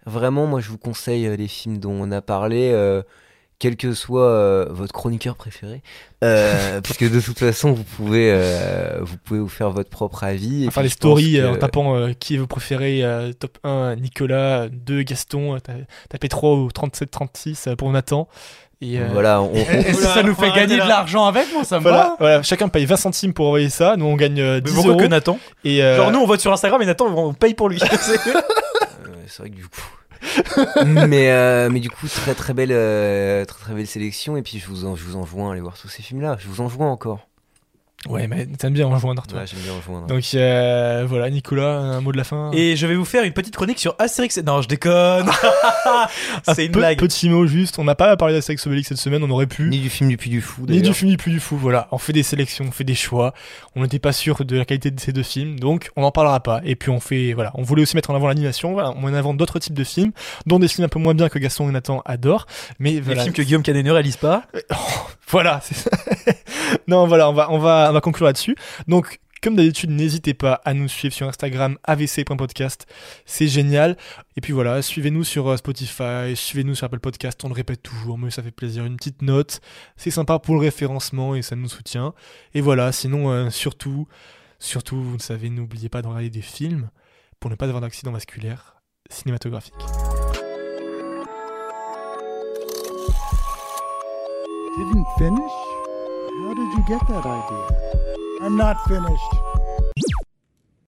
Vraiment, moi, je vous conseille euh, les films dont on a parlé, euh, quel que soit euh, votre chroniqueur préféré, euh, puisque de toute façon, vous pouvez, euh, vous pouvez vous faire votre propre avis. Et Enfin, puis, les je stories pense que- euh, en tapant euh, qui est vous préférez, euh, top un, Nicolas, deux, Gaston, euh, ta- tapez trois ou trente-sept trente-six euh, pour Nathan. Et, euh, Voilà, on- on- Et si ça nous fait gagner de l'argent avec, moi, ça me voilà, va. voilà, chacun paye vingt centimes pour envoyer ça. Nous, on gagne euh, dix pourquoi euros. que Nathan Et, euh, Genre nous on vote sur Instagram et Nathan on paye pour lui. Euh, c'est vrai que du coup. mais, euh, mais du coup, très très belle, euh, très très belle sélection. Et puis, je vous, en, je vous enjoins à aller voir tous ces films-là. Je vous enjoins encore. Ouais, mais t'aimes bien rejoindre, toi. Ouais, j'aime bien rejoindre. Donc euh, voilà, Nicolas, un mot de la fin. Et je vais vous faire une petite chronique sur Astérix. Non, je déconne. C'est une Peu- blague. Petit mot juste, on n'a pas parlé d'Astérix Obélix cette semaine, on aurait pu. Ni du film du Puy du Fou. Ni d'ailleurs. du film du Puy du Fou, voilà. On fait des sélections, on fait des choix. On n'était pas sûr de la qualité de ces deux films, donc on n'en parlera pas. Et puis on fait, voilà, on voulait aussi mettre en avant l'animation, voilà, on met en avant d'autres types de films, dont des films un peu moins bien que Gaston et Nathan adorent. Mais Les voilà. films que Guillaume Canet ne réalise pas. Voilà, c'est ça. Non, voilà, on va, on va, on va conclure là-dessus. Donc, comme d'habitude, n'hésitez pas à nous suivre sur Instagram, a v c point podcast. C'est génial. Et puis voilà, suivez-nous sur euh, Spotify, suivez-nous sur Apple Podcast. On le répète toujours, mais ça fait plaisir. Une petite note, c'est sympa pour le référencement et ça nous soutient. Et voilà, sinon, euh, surtout, surtout, vous le savez, n'oubliez pas de regarder des films pour ne pas avoir d'accident vasculaire cinématographique. Didn't finish? How did you get that idea? I'm not finished.